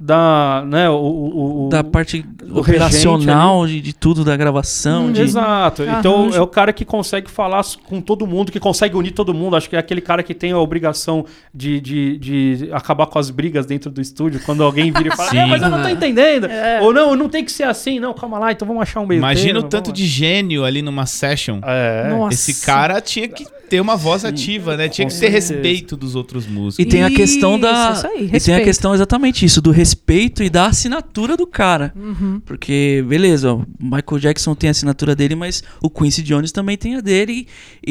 da. Né, o, o- o- Da parte o operacional de, de tudo, da gravação. Hum, de... Exato. Então Arranjo. é o cara que consegue falar com todo mundo, que consegue unir todo mundo. Acho que é aquele cara que tem a obrigação de, de, de acabar com as brigas dentro do estúdio. Quando alguém vira e fala, Sim. é, mas eu não tô entendendo. É. Ou não, não tem que ser assim. Não, calma lá, então vamos achar um meio Imagina termo, o tanto vamos de gênio ali numa session. lá. É. Nossa. Esse cara tinha que ter uma voz ativa, né? Tinha Com que ter certeza. respeito dos outros E músicos. tem a questão da. Isso, isso aí, e tem a respeito. questão exatamente isso, do respeito e da assinatura do cara. Uhum. Porque, beleza, o Michael Jackson tem a assinatura dele, mas o Quincy Jones também tem a dele.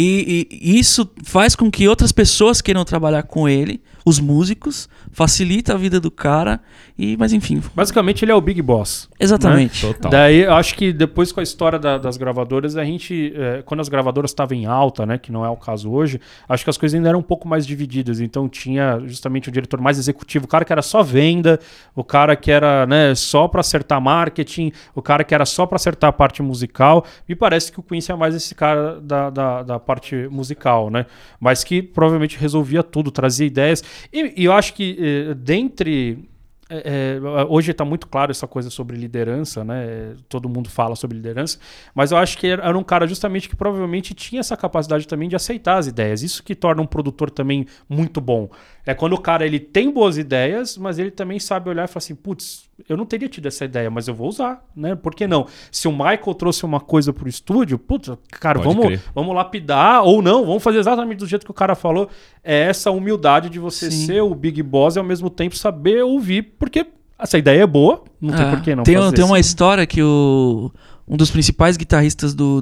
E, e- e isso faz com que outras pessoas queiram trabalhar com ele, os músicos, facilita a vida do cara. E, mas enfim, Basicamente, ele é o Big Boss. exatamente. Total. Daí, eu acho que depois com a história da- das gravadoras, a gente, eh, quando as gravadoras estavam em alta, né, que não é o caso hoje, acho que as coisas ainda eram um pouco mais divididas. Então tinha justamente o diretor mais executivo, o cara que era só venda, o cara que era, né, só para acertar marketing, o cara que era só para acertar a parte musical. Me parece que o Quincy é mais esse cara da, da, da parte musical, né? Mas que provavelmente resolvia tudo, trazia ideias. E, e eu acho que eh, dentre é, é, hoje está muito claro essa coisa sobre liderança, né? Todo mundo fala sobre liderança, mas eu acho que era era um cara justamente que provavelmente tinha essa capacidade também de aceitar as ideias. Isso que torna um produtor também muito bom. É quando o cara ele tem boas ideias, mas ele também sabe olhar e falar assim, putz, eu não teria tido essa ideia, mas eu vou usar, né? Por que não? Se o Michael trouxe uma coisa pro estúdio, putz, cara, Pode vamos, crer. vamos lapidar ou não, vamos fazer exatamente do jeito que o cara falou. É essa humildade de você Sim. ser o Big Boss e ao mesmo tempo saber ouvir, porque essa ideia é boa, não tem Ah, por que não tem, fazer tem uma assim. história que o, um dos principais guitarristas do,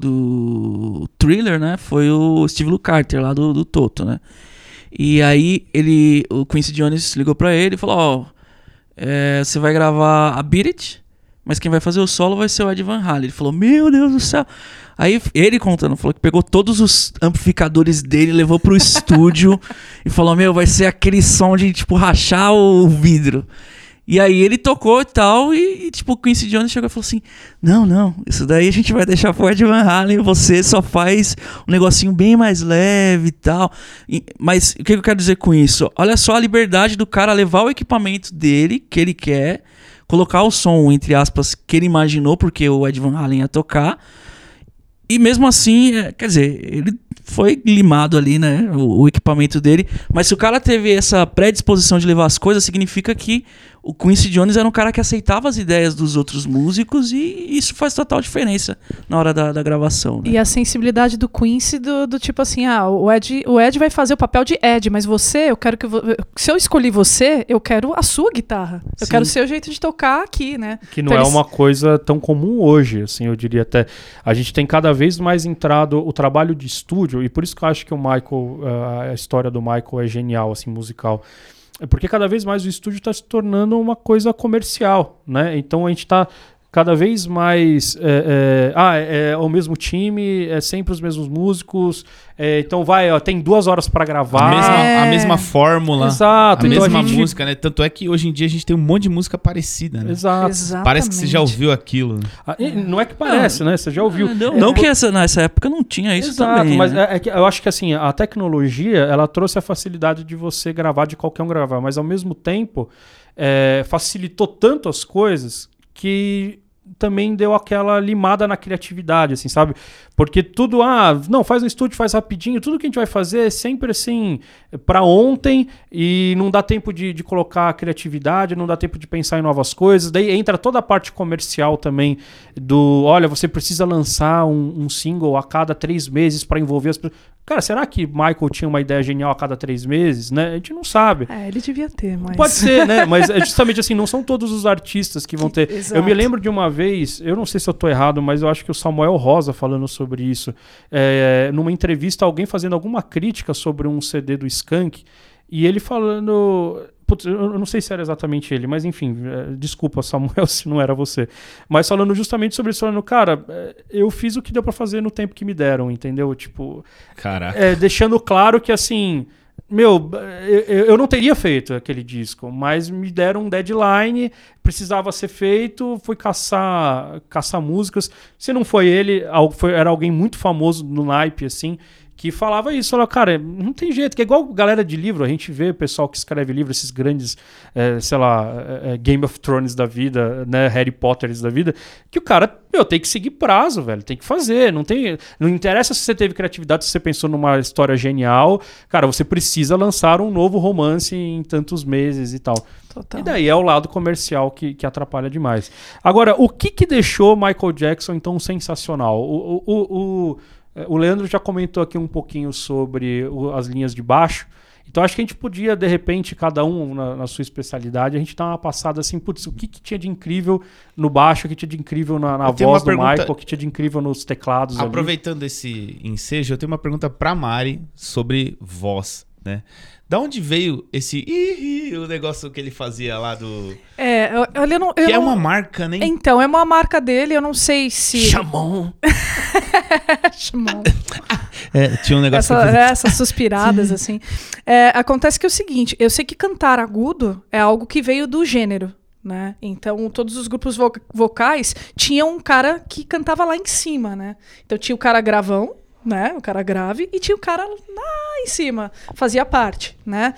do Thriller, né, foi o Steve Lukather, lá do, do Toto, né? E aí ele, o Quincy Jones ligou pra ele e falou, ó, é, você vai gravar a Beat It, mas quem vai fazer o solo vai ser o Ed Van Halen. Ele falou, meu Deus do céu. Aí ele contando, falou que pegou todos os amplificadores dele, levou pro estúdio e falou, meu, vai ser aquele som de, tipo, rachar o vidro. E aí ele tocou e tal, e, e, tipo, o Quincy Jones chegou e falou assim, não, não, isso daí a gente vai deixar pro Ed Van Halen, você só faz um negocinho bem mais leve e tal. E- mas o que eu quero dizer com isso? Olha só a liberdade do cara levar o equipamento dele, que ele quer, colocar o som, entre aspas, que ele imaginou, porque o Ed Van Halen ia tocar, e mesmo assim, é, quer dizer, ele foi limado ali, né, o, o equipamento dele, mas se o cara teve essa predisposição de levar as coisas, significa que o Quincy Jones era um cara que aceitava as ideias dos outros músicos e isso faz total diferença na hora da, da gravação, né? E a sensibilidade do Quincy do, do tipo assim, ah, o Ed, o Ed vai fazer o papel de Ed, mas você, eu quero que vo- se eu escolhi você, eu quero a sua guitarra. Eu Sim. quero o seu jeito de tocar aqui, né? Que não Então é eles- uma coisa tão comum hoje, assim, eu diria até. A gente tem cada vez mais entrado o trabalho de estúdio, e por isso que eu acho que o Michael, ah, a história do Michael é genial, assim, musical. É porque cada vez mais o estúdio está se tornando uma coisa comercial, né? Então a gente está cada vez mais é, é, ah, é, é o mesmo time, é sempre os mesmos músicos, é, então vai, ó, tem duas horas pra gravar. A mesma, É. a mesma fórmula, Exato, a então mesma a gente- música, né? Tanto é que hoje em dia a gente tem um monte de música parecida, né? Exato. Exatamente. Parece que você já ouviu aquilo. Ah, e não é que parece, né? Você já ouviu. Não, É, não que essa, nessa época não tinha isso Exato, também. mas né? é, é que eu acho que assim, a tecnologia ela trouxe a facilidade de você gravar, de qualquer um gravar, mas ao mesmo tempo é, facilitou tanto as coisas que também deu aquela limada na criatividade, assim, sabe? Porque tudo, ah, não, faz no estúdio, faz rapidinho, tudo que a gente vai fazer é sempre assim, pra ontem, e não dá tempo de, de colocar criatividade, não dá tempo de pensar em novas coisas, daí entra toda a parte comercial também do, olha, você precisa lançar um, um single a cada três meses pra envolver as pessoas. Cara, será que Michael tinha uma ideia genial a cada três meses, né? A gente não sabe. É, ele devia ter, mas... Pode ser, né? Mas é justamente assim, não são todos os artistas que vão ter. Exato. Eu me lembro de uma vez, eu não sei se eu tô errado, mas eu acho que o Samuel Rosa falando sobre isso. É, numa entrevista, alguém fazendo alguma crítica sobre um C D do Skank, e ele falando... Putz, eu não sei se era exatamente ele, mas enfim, é, desculpa, Samuel, se não era você. Mas falando justamente sobre isso, falando, cara, é, eu fiz o que deu pra fazer no tempo que me deram, entendeu? Tipo, Caraca. é, deixando claro que assim, meu, eu, eu não teria feito aquele disco, mas me deram um deadline, precisava ser feito, fui caçar, caçar músicas. Se não foi ele, al- foi- era alguém muito famoso no naipe, assim, que falava isso, falava, cara, não tem jeito, que é igual galera de livro, a gente vê pessoal que escreve livro, esses grandes, é, sei lá, é, Game of Thrones da vida, né, Harry Potters da vida, que o cara, meu, tem que seguir prazo, velho, tem que fazer, não tem, não interessa se você teve criatividade, se você pensou numa história genial, cara, você precisa lançar um novo romance em tantos meses e tal. Total. E daí é o lado comercial que, que atrapalha demais. Agora, o que que deixou Michael Jackson então sensacional? O, o, o, o, o Leandro já comentou aqui um pouquinho sobre o- as linhas de baixo. Então acho que a gente podia, de repente, cada um na, na sua especialidade, a gente dar uma passada assim, putz, o que, que tinha de incrível no baixo, o que tinha de incrível na, na Eu tenho voz uma do pergunta- Michael, o que tinha de incrível nos teclados ali. Aproveitando esse ensejo, eu tenho uma pergunta pra Mari sobre voz, né? Da onde veio esse ih, o negócio que ele fazia lá do... É, eu, eu não, eu Que é não- uma marca, né? Então, é uma marca dele, eu não sei se... Chamon! Chamon. É, tinha um negócio... Essa- que- essas suspiradas, assim. É, acontece que é o seguinte, eu sei que cantar agudo é algo que veio do gênero, né? Então, todos os grupos vo- vocais tinham um cara que cantava lá em cima, né? Então, tinha o cara gravão, né? O cara grave, e tinha o cara lá em cima, fazia parte, né?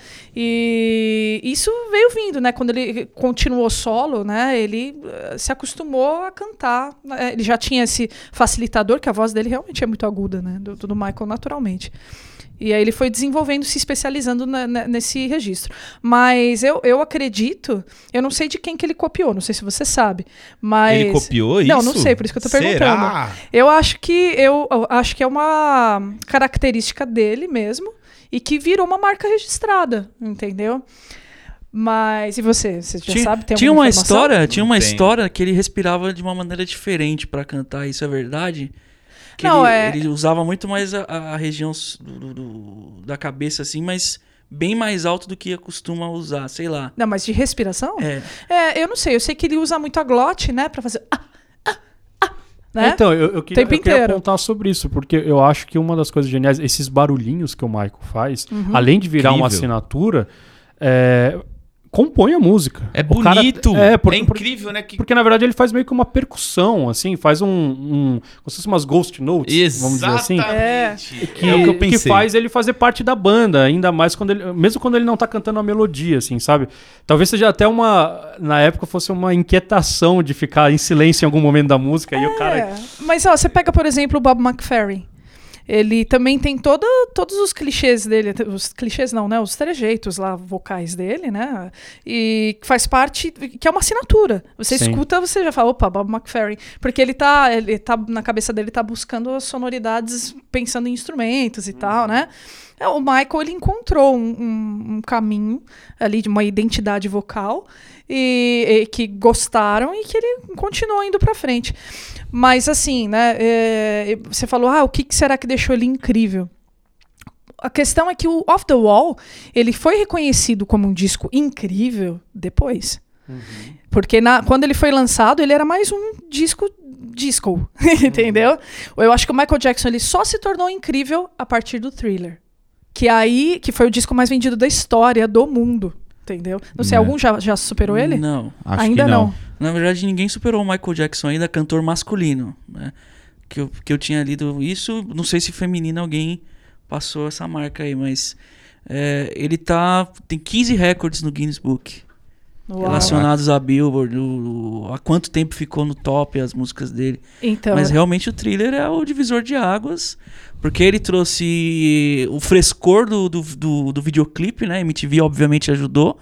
E isso veio vindo, né? Quando ele continuou solo, né? Ele eh, se acostumou a cantar. Né? Ele já tinha esse facilitador, que a voz dele realmente é muito aguda, né? Do, do Michael naturalmente. E aí ele foi desenvolvendo, se especializando na- na- nesse registro. Mas eu, eu acredito, eu não sei de quem que ele copiou, não sei se você sabe, mas... Ele copiou isso? Não, não sei, por isso que eu tô perguntando. Será? Eu acho que eu, eu acho que é uma característica dele mesmo e que virou uma marca registrada, entendeu? Mas e você? Você já Tinha, sabe? Tem tinha alguma uma informação? história, tinha uma Tem. história que ele respirava de uma maneira diferente pra cantar, isso é verdade? Que Não, ele, é- ele usava muito mais a, a região s- do- do- do- da cabeça, assim, mas bem mais alto do que costuma usar, sei lá. Não, mas de respiração? É, É, eu não sei. Eu sei que ele usa muito a glote, né, pra fazer ah, ah, ah, né? Então, eu, eu, queria, Tempo eu queria inteiro. apontar sobre isso, porque eu acho que uma das coisas geniais, esses barulhinhos que o Michael faz, Uhum. além de virar uma Incrível. assinatura, é, compõe a música. É O cara- bonito. é, por- é por- incrível, né? Que... Porque, na verdade, ele faz meio que uma percussão, assim, faz um... um como se fosse umas ghost notes, vamos dizer assim. Exatamente. Que, é o que eu que pensei. faz ele fazer parte da banda, ainda mais quando ele... Mesmo quando ele não tá cantando a melodia, assim, sabe? Talvez seja até uma... Na época fosse uma inquietação de ficar em silêncio em algum momento da música, e o cara... É, mas ó, você pega, por exemplo, o Bob McFerrin. Ele também tem todo, todos os clichês dele, os clichês não, né? Os trejeitos lá, vocais dele, né? E faz parte, que é uma assinatura. Você Sim. escuta, você já fala, opa, Bob McFerrin. Porque ele tá, ele tá, na cabeça dele, tá buscando as sonoridades, pensando em instrumentos e tal, né? É, o Michael, ele encontrou um, um- um caminho ali de uma identidade vocal e, e que gostaram e que ele continuou indo pra frente. Mas assim, né, é, você falou, ah, o que que será que deixou ele incrível? A questão é que o Off the Wall, ele foi reconhecido como um disco incrível depois. Uhum. Porque na, quando ele foi lançado, ele era mais um disco disco, entendeu? Eu acho que o Michael Jackson ele só se tornou incrível a partir do Thriller. Que aí, que foi o disco mais vendido da história do mundo, entendeu? Não sei, É. algum já, já superou ele? Não. Acho Ainda que não. Na verdade, ninguém superou o Michael Jackson ainda, cantor masculino, né? Que eu, que eu tinha lido isso, não sei se feminino alguém passou essa marca aí, mas é, ele tá tem quinze recordes no Guinness Book. Uau. Relacionados a Billboard, o, o, há quanto tempo ficou no top as músicas dele. Então, Mas realmente o Thriller é o divisor de águas, porque ele trouxe o frescor do, do, do, do videoclipe, né? M T V obviamente ajudou,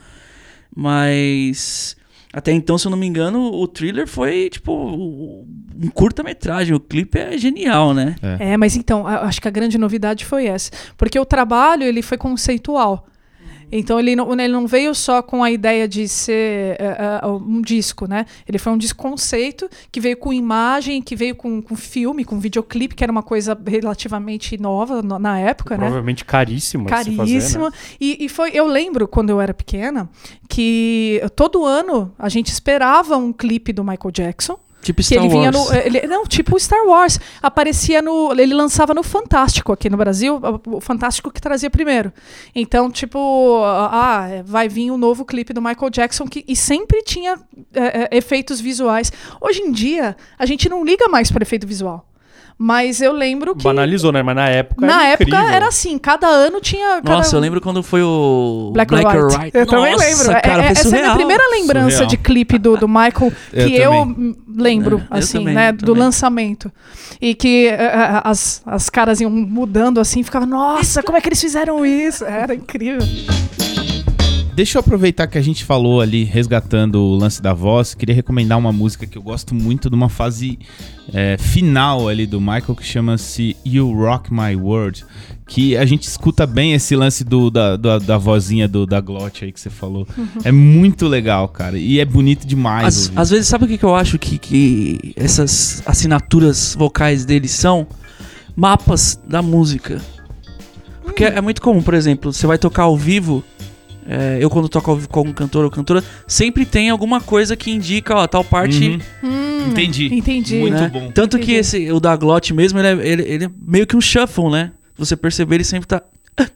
mas até então, se eu não me engano, o Thriller foi tipo um curta-metragem, o clipe é genial, né? É. É, mas então, a- acho que a grande novidade foi essa. Porque o trabalho, ele foi conceitual. Então, ele não, ele não veio só com a ideia de ser eh, eh, um disco, né? Ele foi um disco conceito, que veio com imagem, que veio com, com filme, com videoclipe, que era uma coisa relativamente nova no- na época, né? Provavelmente caríssima de se Caríssima. fazer, né? E, e foi, eu lembro, quando eu era pequena, que todo ano a gente esperava um clipe do Michael Jackson. Tipo Que Star ele vinha Wars. no. Ele, não, tipo Star Wars. Aparecia no. Ele lançava no Fantástico aqui no Brasil. O Fantástico que trazia primeiro. Então, tipo, ah, vai vir um novo clipe do Michael Jackson que, e sempre tinha é, é, efeitos visuais. Hoje em dia, a gente não liga mais para efeito visual. Mas eu lembro que. Banalizou, né? Mas na época Na era época incrível. era assim, cada ano tinha. Cada... Nossa, eu lembro quando foi o Black, or White. Eu também Nossa, lembro. cara, É- foi essa é a minha surreal. primeira lembrança Surreal. de clipe do, do Michael Eu que eu, também. m- lembro, É, eu assim, também, né? eu Do também. lançamento. E que eh, eh, as, as caras iam mudando assim, ficava, nossa, como é que eles fizeram isso? Era incrível. Deixa eu aproveitar que a gente falou ali, resgatando o lance da voz, queria recomendar uma música que eu gosto muito de uma fase é, final ali do Michael, que chama-se You Rock My World, que a gente escuta bem esse lance do, da, da, da vozinha do, da glote aí que você falou. É muito legal, cara, e é bonito demais. Às, ouvir. às vezes, sabe o que, que eu acho que, que essas assinaturas vocais deles são? Mapas da música. Porque é muito comum, por exemplo, você vai tocar ao vivo, é, eu quando toco ao vivo com algum cantor ou cantora, sempre tem alguma coisa que indica, ó, tal parte... Uhum. Hum, Entendi. Entendi. Muito né? bom. Tanto Entendi. que esse, o da glote mesmo, ele é, ele, ele é meio que um shuffle, né? Você perceber, ele sempre tá...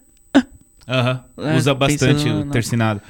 Aham. É, Usa bastante pensando o na- tercinado.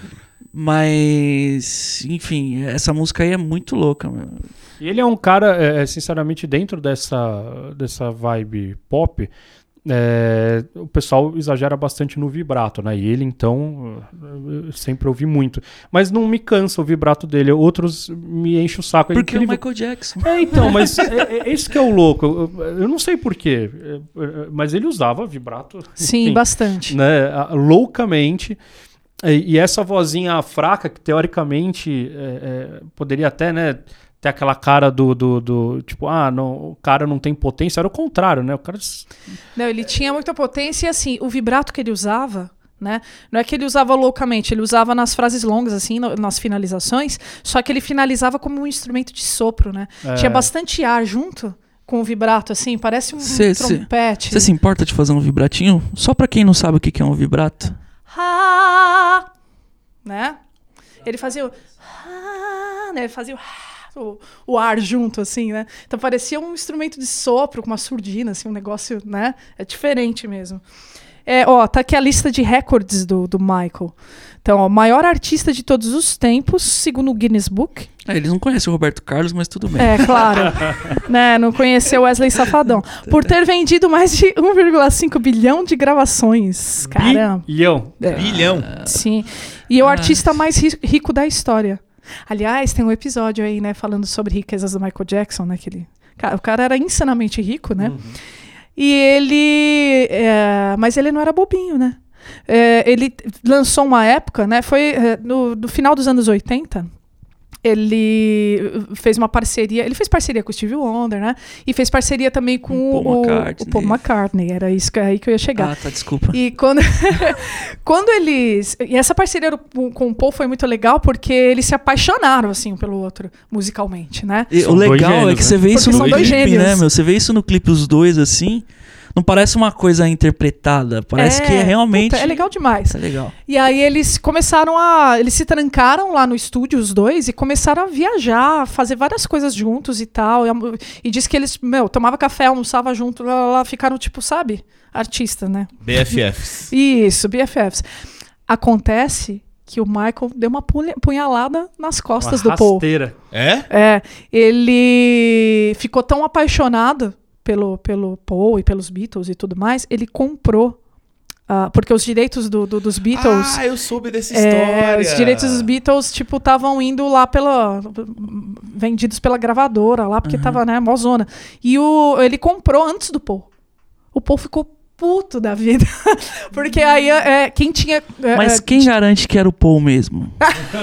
Mas, enfim, essa música aí é muito louca, meu. E ele é um cara, é, é, sinceramente, dentro dessa, dessa vibe pop, é, o pessoal exagera bastante no vibrato, né? E ele, então, eu sempre ouvi muito. Mas não me cansa o vibrato dele. Outros me enchem o saco. É Porque é o incrível. Michael Jackson. É, então, mas é, é esse que é o louco. Eu, eu não sei porquê, é, é, mas ele usava vibrato. Sim, enfim, bastante. né, a- loucamente. E, e essa vozinha fraca, que teoricamente é, é, poderia até, né, ter aquela cara do, do, do, tipo, ah, não, o cara não tem potência, era o contrário, né? O cara. Não, ele tinha muita potência e assim, o vibrato que ele usava, né? Não é que ele usava loucamente, ele usava nas frases longas, assim, no- nas finalizações, só que ele finalizava como um instrumento de sopro, né? É. Tinha bastante ar junto com o vibrato, assim, parece um Cê- cê- trompete. Você se importa de fazer um vibratinho? Só pra quem não sabe o que que é um vibrato. Ha! Né? Ele fazia o ha, né? Ele fazia o, ha, o, o ar junto, assim, né? Então parecia um instrumento de sopro, com uma surdina, assim, um negócio, né? É diferente mesmo. É, ó, tá aqui a lista de recordes do, do Michael. Então, ó, maior artista de todos os tempos, segundo o Guinness Book. É, eles não conhecem o Roberto Carlos, mas tudo bem. É, claro. né? Não conheceu Wesley Safadão. Por ter vendido mais de um vírgula cinco bilhão de gravações. Caramba. Bilhão. É. Bilhão. Sim. E é o Ah. artista mais ri- rico da história. Aliás, tem um episódio aí, né, falando sobre riquezas do Michael Jackson, né? Que ele... Cara, o cara era insanamente rico, né? Uhum. E ele... é, Mas ele não era bobinho, né? É, ele lançou uma época, né? Foi é, no, no final dos anos oitenta. Ele fez uma parceria, ele fez parceria com o Stevie Wonder, né? E fez parceria também com O Paul o, McCartney. o Paul McCartney. Era isso que, aí que eu ia chegar. Ah, tá, desculpa. E quando, quando eles... E essa parceria do- com o Paul foi muito legal porque eles se apaixonaram, assim, um pelo outro, musicalmente, né? E São o dois legal gênios, é que né? você vê Porque isso no são dois clipe, gênios. né, meu? Você vê isso no clipe, os dois, assim. não parece uma coisa interpretada, parece É, que é realmente... puta, é legal demais. É legal. E aí eles começaram a... Eles se trancaram lá no estúdio, os dois, e começaram a viajar, fazer várias coisas juntos e tal. E, e diz que eles, meu, tomava café, almoçava junto, lá, lá, lá, ficaram tipo, sabe? Artista, né? B F Fs. Isso, B F Fs. Acontece que o Michael deu uma punha- punhalada nas costas Uma do Paul. rasteira. É? É, ele ficou tão apaixonado pelo, pelo Paul e pelos Beatles e tudo mais, ele comprou, ah, porque os direitos do, do- dos Beatles... Ah, eu soube dessa é, história. os direitos dos Beatles, tipo, estavam indo lá pela... vendidos pela gravadora lá, porque tava, né, mó zona. E o, ele comprou antes do Paul. O Paul ficou puto da vida. Porque aí, é, quem tinha... é, Mas é, quem garante que era o Paul mesmo?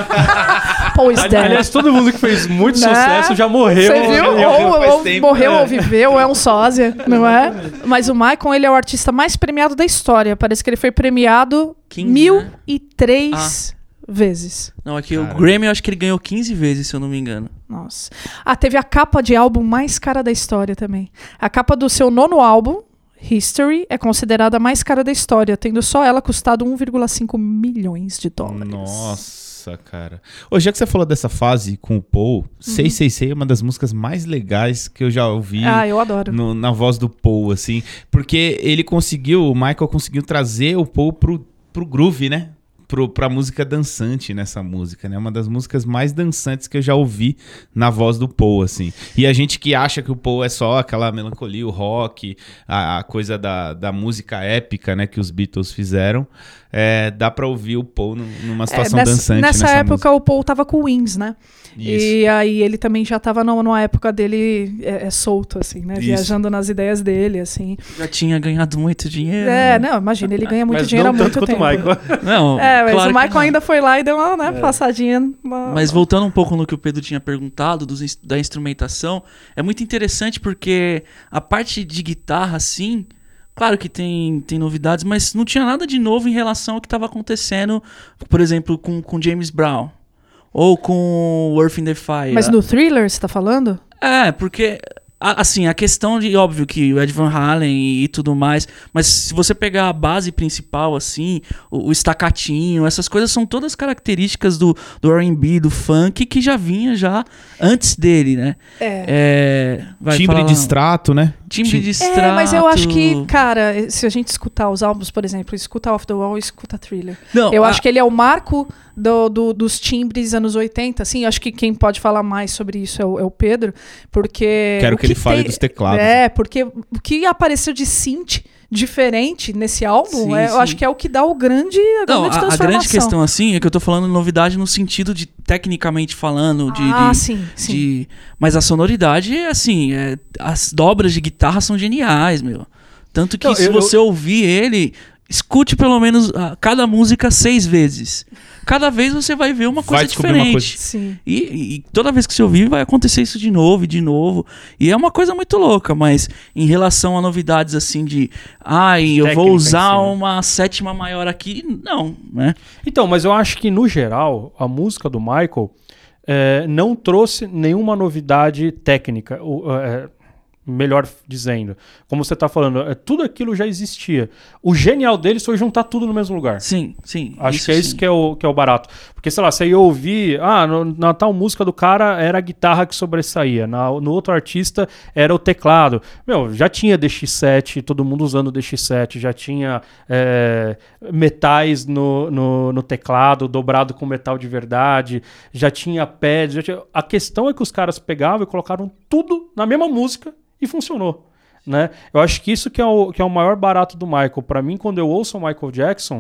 Paul is dead. Aliás, todo mundo que fez muito Né? sucesso já morreu. Você viu? Morreu Ou, faz ou tempo, morreu né? ou viveu, ou é um sósia, não é? Mas o Michael, ele é o artista mais premiado da história. Parece que ele foi premiado quinze, mil né? e três vezes. Não, aqui Cara. o Grammy eu acho que ele ganhou quinze vezes, se eu não me engano. Nossa. Ah, teve a capa de álbum mais cara da história também. A capa do seu nono álbum, History, é considerada a mais cara da história, tendo só ela custado um vírgula cinco milhões de dólares. Nossa, cara. Ô, já que você falou dessa fase com o Paul, seis seis seis é uma das músicas mais legais que eu já ouvi Ah, eu adoro. no- na voz do Paul, assim. Porque ele conseguiu, o Michael conseguiu trazer o Paul pro, pro groove, né? Pro, pra música dançante nessa música, né? Uma das músicas mais dançantes que eu já ouvi na voz do Paul, assim. E a gente que acha que o Paul é só aquela melancolia, o rock, a, a coisa da, da música épica, né? Que os Beatles fizeram, é, dá pra ouvir o Paul num- numa É, situação nessa, dançante nessa nessa época música. o Paul tava com o Wings, né? Isso. E aí ele também já tava numa, numa época dele é, é solto, assim, né? Isso. Viajando nas ideias dele, assim. Já tinha ganhado muito dinheiro. É, né? não, imagina, ele ganha muito Mas dinheiro há não muito tanto quanto tempo. o Michael. Não, É, mas claro o que Michael não. ainda foi lá e deu uma né, passadinha. Uma... Mas voltando um pouco no que o Pedro tinha perguntado dos ins- da instrumentação, é muito interessante porque a parte de guitarra, assim, claro que tem, tem novidades, mas não tinha nada de novo em relação ao que estava acontecendo, por exemplo, com, com James Brown ou com Earth in the Fire. Mas no Thriller, você tá falando? É, porque, a- assim, a questão de, óbvio que o Ed Van Halen e, e tudo mais, mas se você pegar a base principal, assim, o, o estacatinho, essas coisas são todas características do, do R and B, do funk, que já vinha já antes dele, né? É. É, vai, Timbre fala de lá. extrato, né? Timbre Tim- de extrato. É, mas eu acho que, cara, se a gente escutar os álbuns, por exemplo, escuta Off the Wall e escuta Thriller. Não, Eu a- acho que ele é o marco do, do- dos timbres anos oitenta, assim, acho que quem pode falar mais sobre isso é o, é o Pedro, porque... Quero o que ele fale tem- dos teclados. É, porque o que apareceu de synth diferente nesse álbum, Sim, é, eu sim. acho que é o que dá o grande, a Não, grande a, a transformação. grande questão, assim, é que eu tô falando novidade no sentido de, tecnicamente falando, de... ah, de- sim, sim. de- Mas a sonoridade é assim, é, as dobras de guitarra são geniais, meu. Tanto que Não, se eu- você ouvir ele, escute pelo menos ah, cada música seis vezes. Cada vez você vai ver uma Vai coisa descobrir uma diferente. coisa. Sim. E, e toda vez que você ouvir, vai acontecer isso de novo e de novo. E é uma coisa muito louca, mas em relação a novidades assim de ai, eu Técnica vou em usar si, né? uma sétima maior aqui, não, né? Então, mas eu acho que, no geral, a música do Michael eh, não trouxe nenhuma novidade técnica. O, eh, melhor dizendo. Como você está falando, eh, tudo aquilo já existia. O genial deles foi juntar tudo no mesmo lugar. Sim, sim. Acho que é isso sim. que é, o, que é o barato. Porque, sei lá, você ia ouvir... Ah, no- na tal música do cara era a guitarra que sobressaía. Na, no outro artista era o teclado. Meu, já tinha D X sete, todo mundo usando D X sete. Já tinha é, metais no, no, no teclado, dobrado com metal de verdade. Já tinha pads. Já tinha... A questão é que os caras pegavam e colocaram tudo na mesma música e funcionou. Né? Eu acho que isso que é o, que é o maior barato do Michael. Pra mim, quando eu ouço o Michael Jackson...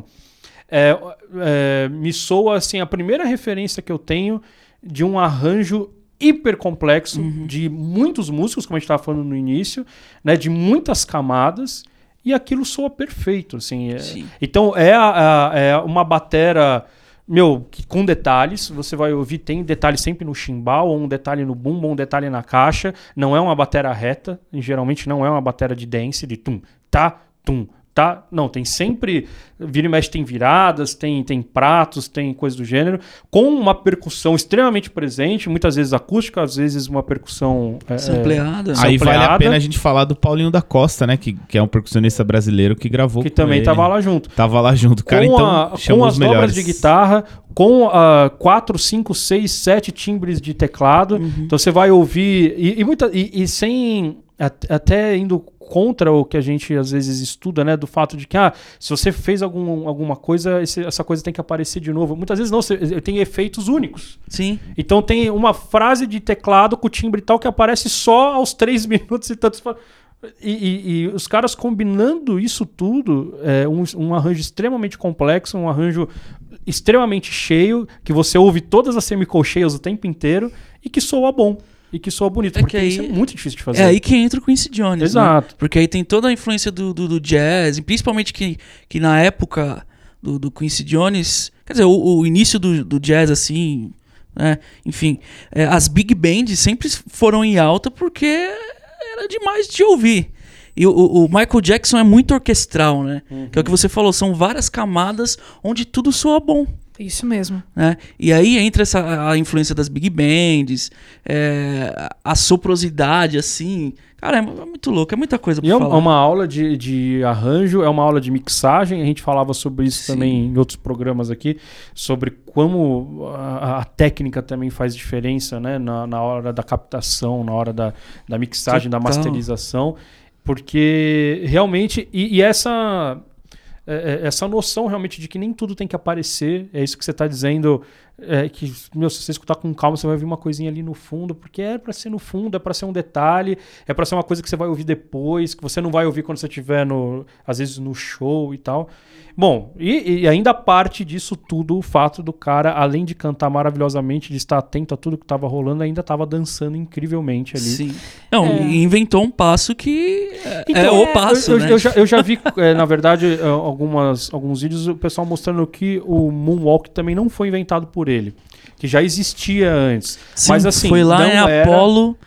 É, é, me soa assim a primeira referência que eu tenho de um arranjo hiper complexo de muitos músicos, como a gente estava falando no início, né, de muitas camadas, e aquilo soa perfeito, assim. É- Sim. então é, a- a- é uma batera, meu, que- com detalhes. Você vai ouvir, tem detalhe sempre no chimbal, ou um detalhe no bumbo, ou um detalhe na caixa. Não é uma batera reta, e geralmente não é uma batera de dance, de tum, tá, tum, tá? Não, tem sempre... Vira e mexe tem viradas, tem, tem pratos, tem coisa do gênero, com uma percussão extremamente presente, muitas vezes acústica, às vezes uma percussão... É, sampleada. Aí vale a sampleada. pena a gente falar do Paulinho da Costa, né? Que, que é um percussionista brasileiro que gravou Que com também ele. tava lá junto. Tava lá junto. Cara, com então a, chamou com os as melhores. dobras de guitarra, com uh, quatro, cinco, seis, sete timbres de teclado. Uhum. Então você vai ouvir... E, e, muita, e, e sem... Até indo contra o que a gente às vezes estuda, né? Do fato de que, ah, se você fez algum, alguma coisa, esse, essa coisa tem que aparecer de novo. Muitas vezes não, você, tem efeitos únicos. Sim. Então tem uma frase de teclado com timbre e tal que aparece só aos três minutos e tantos... E, e, e os caras combinando isso tudo, é um, um arranjo extremamente complexo, um arranjo extremamente cheio, que você ouve todas as semicolcheias o tempo inteiro e que soa bom. E que soa bonito, É porque que aí- isso é muito difícil de fazer. É aí que entra o Quincy Jones, Exato. né? Porque aí tem toda a influência do, do, do jazz, e principalmente que, que na época do, do Quincy Jones, quer dizer, o, o início do, do jazz, assim, né? Enfim, é, as big bands sempre foram em alta porque era demais de ouvir. E o, o Michael Jackson é muito orquestral, né? Uhum. Que é o que você falou, são várias camadas onde tudo soa bom. Isso mesmo. Né? E aí entra essa, a influência das big bands, é, a soprosidade, assim. Cara, é, é muito louco, é muita coisa pra E é falar. uma aula de, de arranjo, é uma aula de mixagem. A gente falava sobre isso Sim. também em outros programas aqui, sobre como a, a técnica também faz diferença, né? Na, na hora da captação, na hora da, da mixagem, da Total. masterização. Porque realmente... E, e essa... é, é, essa noção realmente de que nem tudo tem que aparecer, é isso que você está dizendo, é, que, meu, se você escutar com calma, você vai ouvir uma coisinha ali no fundo, porque é para ser no fundo, é para ser um detalhe, é para ser uma coisa que você vai ouvir depois, que você não vai ouvir quando você estiver, no, às vezes, no show e tal. Bom, e, e ainda parte disso tudo o fato do cara, além de cantar maravilhosamente, de estar atento a tudo que estava rolando, ainda estava dançando incrivelmente ali. Sim. Não, É. e inventou um passo que é, Então, é o passo, eu, eu, né? eu já, eu já vi, é, na verdade, é, algumas, alguns vídeos o pessoal mostrando que o Moonwalk também não foi inventado por ele, que já existia antes. Sim, mas assim, foi lá não em era, Apollo.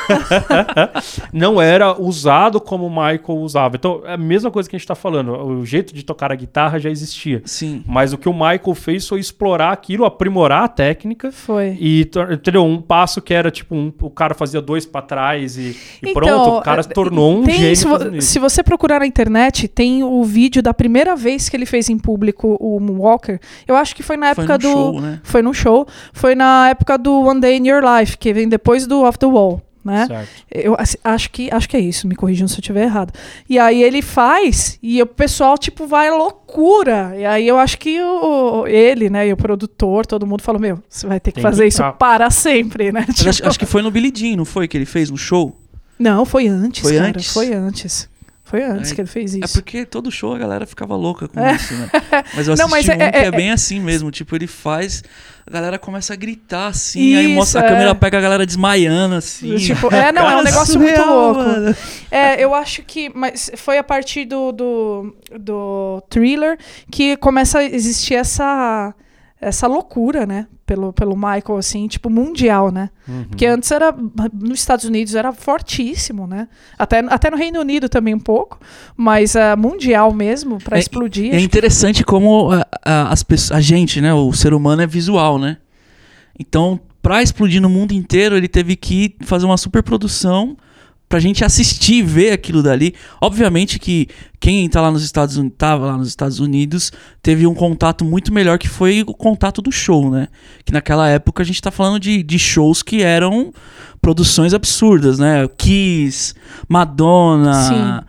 não era usado como o Michael usava. Então, é a mesma coisa que a gente está falando. O jeito de tocar a guitarra já existia. Sim. Mas o que o Michael fez foi explorar aquilo, aprimorar a técnica. Foi. E, tor- entendeu? Um passo que era tipo, um, o cara fazia dois pra trás e, e Então, pronto, o cara se tornou um tem- gênio se, vo- fazendo isso. se você procurar na internet, tem o vídeo da primeira vez que ele fez em público o Moonwalker. Eu acho que foi na Foi época no do... show, né? Foi no show. Foi na época do One Day in Your Life, que vem depois do Off the Wall, né? Certo. Eu assim, acho que, acho que é isso, me corrigindo se eu estiver errado. E aí ele faz e o pessoal, tipo, vai à loucura. E aí eu acho que o, ele, né, e o produtor, todo mundo falou, meu, você vai ter que Tem fazer que isso tá. para sempre, né? Mas Tipo, acho, acho que foi no Billie Jean, não foi? Que ele fez no show? Não, foi antes, Foi cara. antes? Foi antes. Foi antes É, que ele fez isso. É porque todo show a galera ficava louca com É. isso, né? Mas eu Não, assisti mas um é- que é, é- bem assim mesmo. Tipo, ele faz... A galera começa a gritar assim, aí Isso, mostra, a é. câmera pega a galera desmaiando assim. Tipo, é, não, é um Cara, negócio muito surreal, louco. mano. É, eu acho que. Mas foi a partir do, do, do Thriller que começa a existir essa, essa loucura, né? Pelo, pelo Michael, assim, tipo, mundial, né? Uhum. Porque antes era. Nos Estados Unidos era fortíssimo, né? Até, até no Reino Unido também um pouco. Mas uh, mundial mesmo, pra É- explodir. É acho interessante como a, a, as pessoas, a gente, né? O ser humano é visual, né? Então, pra explodir no mundo inteiro, ele teve que fazer uma superprodução pra gente assistir e ver aquilo dali. Obviamente que quem tá lá nos Estados Unidos, tava lá nos Estados Unidos, teve um contato muito melhor, que foi o contato do show, né? Que naquela época a gente tá falando de, de shows que eram produções absurdas, né? Kiss, Madonna,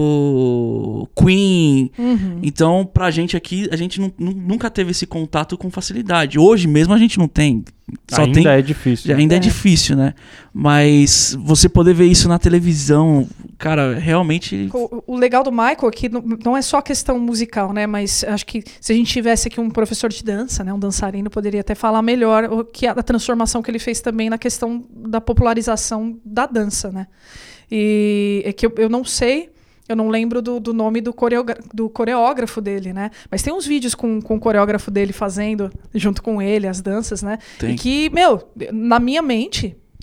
o Queen. Uhum. Então, pra gente aqui, a gente nu- nu- nunca teve esse contato com facilidade. Hoje mesmo a gente não tem. Só Ainda tem é difícil. ainda é. É. difícil, né? Mas você poder ver isso na televisão, cara, realmente. O, o legal do Michael é que não, não é só a questão musical, né? Mas acho que se a gente tivesse aqui um professor de dança, né? Um dançarino, poderia até falar melhor o que a, a transformação que ele fez também na questão da popularização da dança, né? E é que eu, eu não sei, eu não lembro do, do nome do, coreogra- do coreógrafo dele, né? Mas tem uns vídeos com, com o coreógrafo dele fazendo, junto com ele, as danças, né? Tem. E que, meu, na minha mente,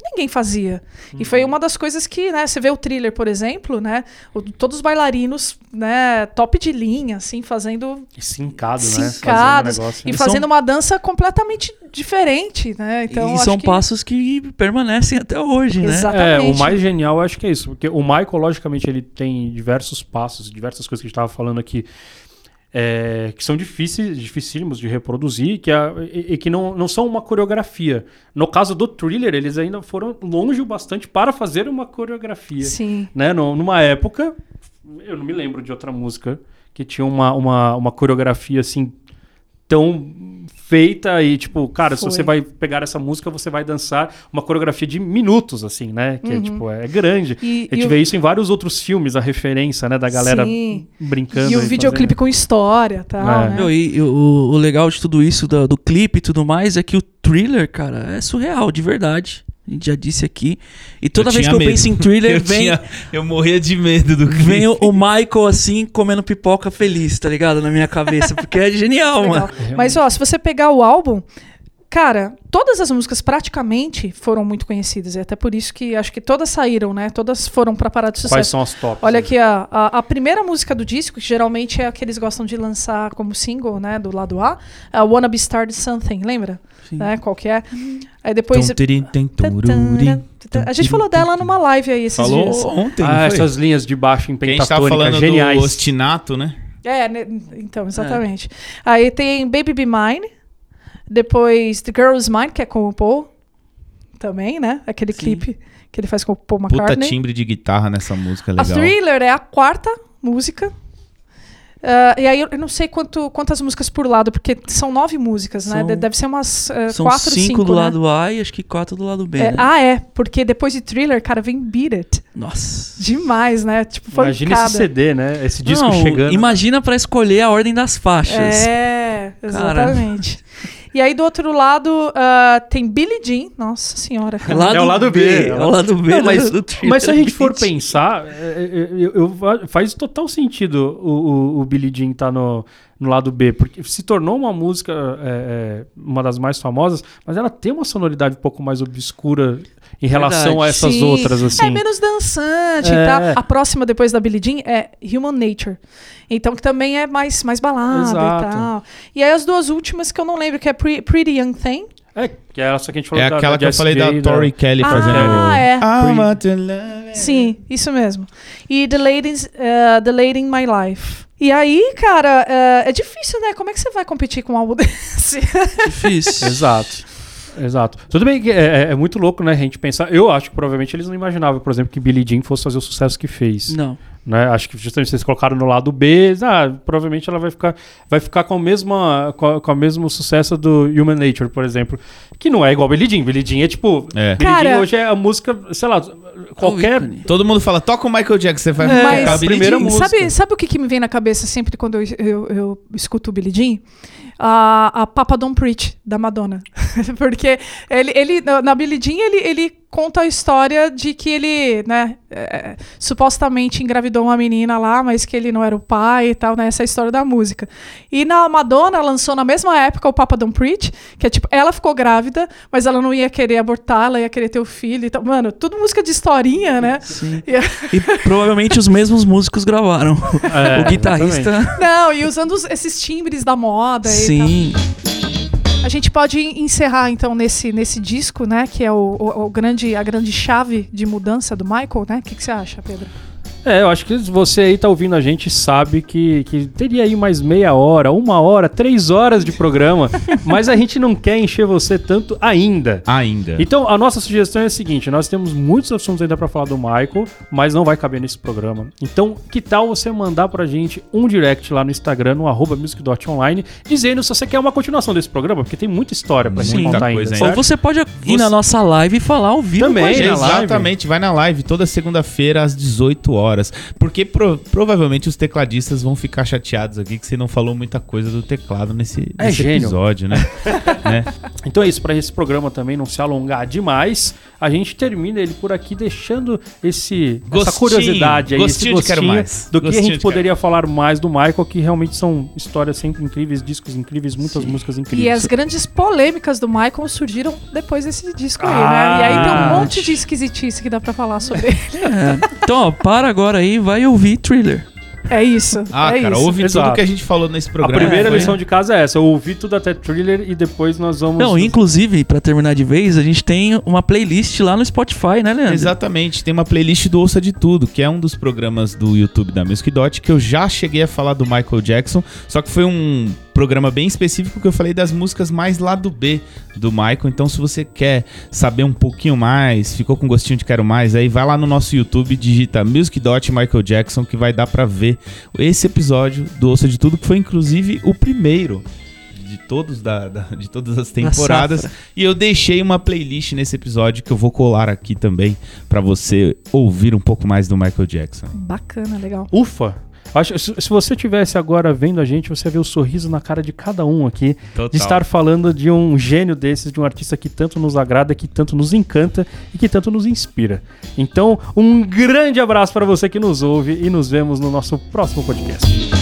ninguém fazia. Uhum. E foi uma das coisas que, né, você vê o Thriller, por exemplo, né, o, todos os bailarinos, né, top de linha, assim, fazendo... Sincado, Sincados, né? Fazendo e fazendo são... uma dança completamente diferente, né? Então, e acho são que... passos que permanecem até hoje, né? Exatamente. É, o mais genial eu acho que é isso, porque o Michael, logicamente, ele tem diversos passos, diversas coisas que a gente estava falando aqui, É, que são difíceis, dificílimos de reproduzir que é, e, e que não, não são uma coreografia. No caso do Thriller, eles ainda foram longe o bastante para fazer uma coreografia. Sim. Né? No, numa época, eu não me lembro de outra música que tinha uma, uma, uma coreografia assim tão feita e tipo, cara, Foi. se você vai pegar essa música, você vai dançar uma coreografia de minutos, assim, né? Que uhum. é, tipo, é grande. E, a gente vê o... isso em vários outros filmes, a referência, né? Da galera Sim. brincando. E o videoclipe com história, tá? É. Né? Meu, e, e o, o legal de tudo isso, do, do clipe e tudo mais, é que o Thriller, cara, é surreal, de verdade. A gente já disse aqui. E toda eu vez que eu medo. penso em Thriller, eu vem... Tinha, eu morria de medo do clipe. Vem o, o Michael, assim, comendo pipoca feliz, tá ligado? Na minha cabeça. Porque é genial, Legal. mano. Mas, ó, se você pegar o álbum... Cara, todas as músicas praticamente foram muito conhecidas. E até por isso que acho que todas saíram, né? Todas foram pra parar de sucesso. Quais são as tops? Olha aqui, a, a, a primeira música do disco, que geralmente é a que eles gostam de lançar como single, né? Do lado A. A Wanna Be Started Something, lembra? Né? Qual que é? Aí depois... A gente falou dela numa live aí esses falou dias. Falou ontem, Ah, essas linhas de baixo em pentatônica, a gente tava falando geniais. do ostinato, né? É, né? Então, exatamente. É. Aí tem Baby Be Mine. Depois The Girl Is Mine, que é com o Paul. Também, né? Aquele Sim. clipe que ele faz com o Paul McCartney. Puta timbre de guitarra nessa música, legal. A Thriller é a quarta música. Uh, e aí eu não sei quanto, quantas músicas por lado, porque são nove músicas, são, né? Deve ser umas uh, são quatro, cinco. cinco do né? lado A e acho que quatro do lado B, é, né? Ah, é. Porque depois de Thriller, cara, vem Beat It. Nossa. Demais, né? Tipo, foi Imagina esse C D, né? Esse disco não, chegando. Imagina pra escolher a ordem das faixas. É, exatamente. Cara. E aí do outro lado uh, tem Billie Jean. Nossa senhora. Cara. Lado é o lado B. B. É o lado B. Não, mas, do mas se a gente for pensar, eu, eu, eu, faz total sentido o, o, o Billie Jean estar tá no, no lado B, porque se tornou uma música, é, é, uma das mais famosas, mas ela tem uma sonoridade um pouco mais obscura em relação Verdade. a essas Sim. outras, assim. É menos dançante, é. tá? A próxima depois da Billie Jean é Human Nature. Então, que também é mais, mais balada Exato. e tal. E aí as duas últimas que eu não lembro, que é Pre- Pretty Young Thing. É, que é essa que a gente falou É da, aquela da que eu falei da, da Tori Kelly ah, fazendo. Ah, é. I want to love it. Sim, isso mesmo. E The Ladies, uh, The Lady in My Life. E aí, cara, uh, é difícil, né? Como é que você vai competir com um álbum desse? Difícil. Exato. Exato. Tudo bem que é, é muito louco, né, a gente pensar... Eu acho que provavelmente eles não imaginavam, por exemplo, que Billie Jean fosse fazer o sucesso que fez. Não. Né? Acho que justamente vocês colocaram no lado B, ah, provavelmente ela vai ficar, vai ficar com, a mesma, com, a, com o mesmo sucesso do Human Nature, por exemplo. Que não é igual Billie Jean. Billie Jean é tipo... É. Billie Cara, Jean hoje é a música, sei lá, qualquer... Todo mundo fala, toca o Michael Jackson, você vai Mas, tocar a Billie primeira Jean. música. Sabe, sabe o que, que me vem na cabeça sempre quando eu, eu, eu escuto o Billie Jean? A, a Papa Don't Preach, da Madonna. Porque ele, ele, na Billie Jean ele, ele conta a história de que ele, né, é, supostamente engravidou uma menina lá, mas que ele não era o pai e tal, né, essa história da música. E na Madonna lançou na mesma época o Papa Don't Preach, que é tipo, ela ficou grávida, mas ela não ia querer abortar, ela ia querer ter o filho e tal. Mano, tudo música de historinha, né? Sim. E, e provavelmente os mesmos músicos gravaram. É, o guitarrista... Exatamente. Não, e usando os, esses timbres da moda Sim. e tal. A gente pode encerrar, então, nesse, nesse disco, né? Que é o, o, o grande, a grande chave de mudança do Michael, né? O que, que você acha, Pedro? É, eu acho que você aí tá ouvindo a gente sabe que, que teria aí mais meia hora, uma hora, três horas de programa, mas a gente não quer encher você tanto ainda. Ainda. Então, a nossa sugestão é a seguinte, nós temos muitos assuntos ainda pra falar do Michael, mas não vai caber nesse programa. Então, que tal você mandar pra gente um direct lá no Instagram, no arroba music dot online, dizendo se você quer uma continuação desse programa, porque tem muita história pra gente contar ainda. Coisa Ou você pode ir Você... na nossa live e falar ao vivo Também, com a gente. na live. Exatamente, vai na live toda segunda-feira às dezoito horas. Porque pro, provavelmente os tecladistas vão ficar chateados aqui que você não falou muita coisa do teclado nesse, É nesse gênio. episódio, né? né? Então é isso, para esse programa também não se alongar demais, a gente termina ele por aqui deixando esse, Gostinho, essa curiosidade aí, esse gostinho de quero gostinho mais. do que Gostinho a gente de quero poderia falar mais do Michael, que realmente são histórias sempre incríveis, discos incríveis, muitas músicas incríveis. E as grandes polêmicas do Michael surgiram depois desse disco aí, Ah, né? E aí tem um monte de esquisitice que dá pra falar sobre ele. É. Então, ó, para agora aí, vai ouvir Thriller. É isso. Ah, é cara, isso. ouve Exato. tudo que a gente falou nesse A programa. primeira Foi- lição de casa é essa, eu ouvi tudo até Thriller e depois nós vamos... Não, inclusive, pra terminar de vez, a gente tem uma playlist lá no Spotify, né, Leandro? Exatamente, tem uma playlist do Ouça de Tudo, que é um dos programas do YouTube da Music Dot, que eu já cheguei a falar do Michael Jackson, só que foi um programa bem específico que eu falei das músicas mais lado B do Michael. Então, se você quer saber um pouquinho mais, ficou com gostinho de quero mais, aí vai lá no nosso YouTube, digita Music Dot Michael Jackson, que vai dar pra ver esse episódio do Ouça de Tudo, que foi inclusive o primeiro de todos da, da- de todas as temporadas. safra. E eu deixei uma playlist nesse episódio que eu vou colar aqui também pra você ouvir um pouco mais do Michael Jackson. Bacana, legal. Ufa! Acho, se, se você tivesse agora vendo a gente, você vê o sorriso na cara de cada um aqui, Total. de estar falando de um gênio desses, de um artista que tanto nos agrada, que tanto nos encanta e que tanto nos inspira. Então, um grande abraço para você que nos ouve e nos vemos no nosso próximo podcast.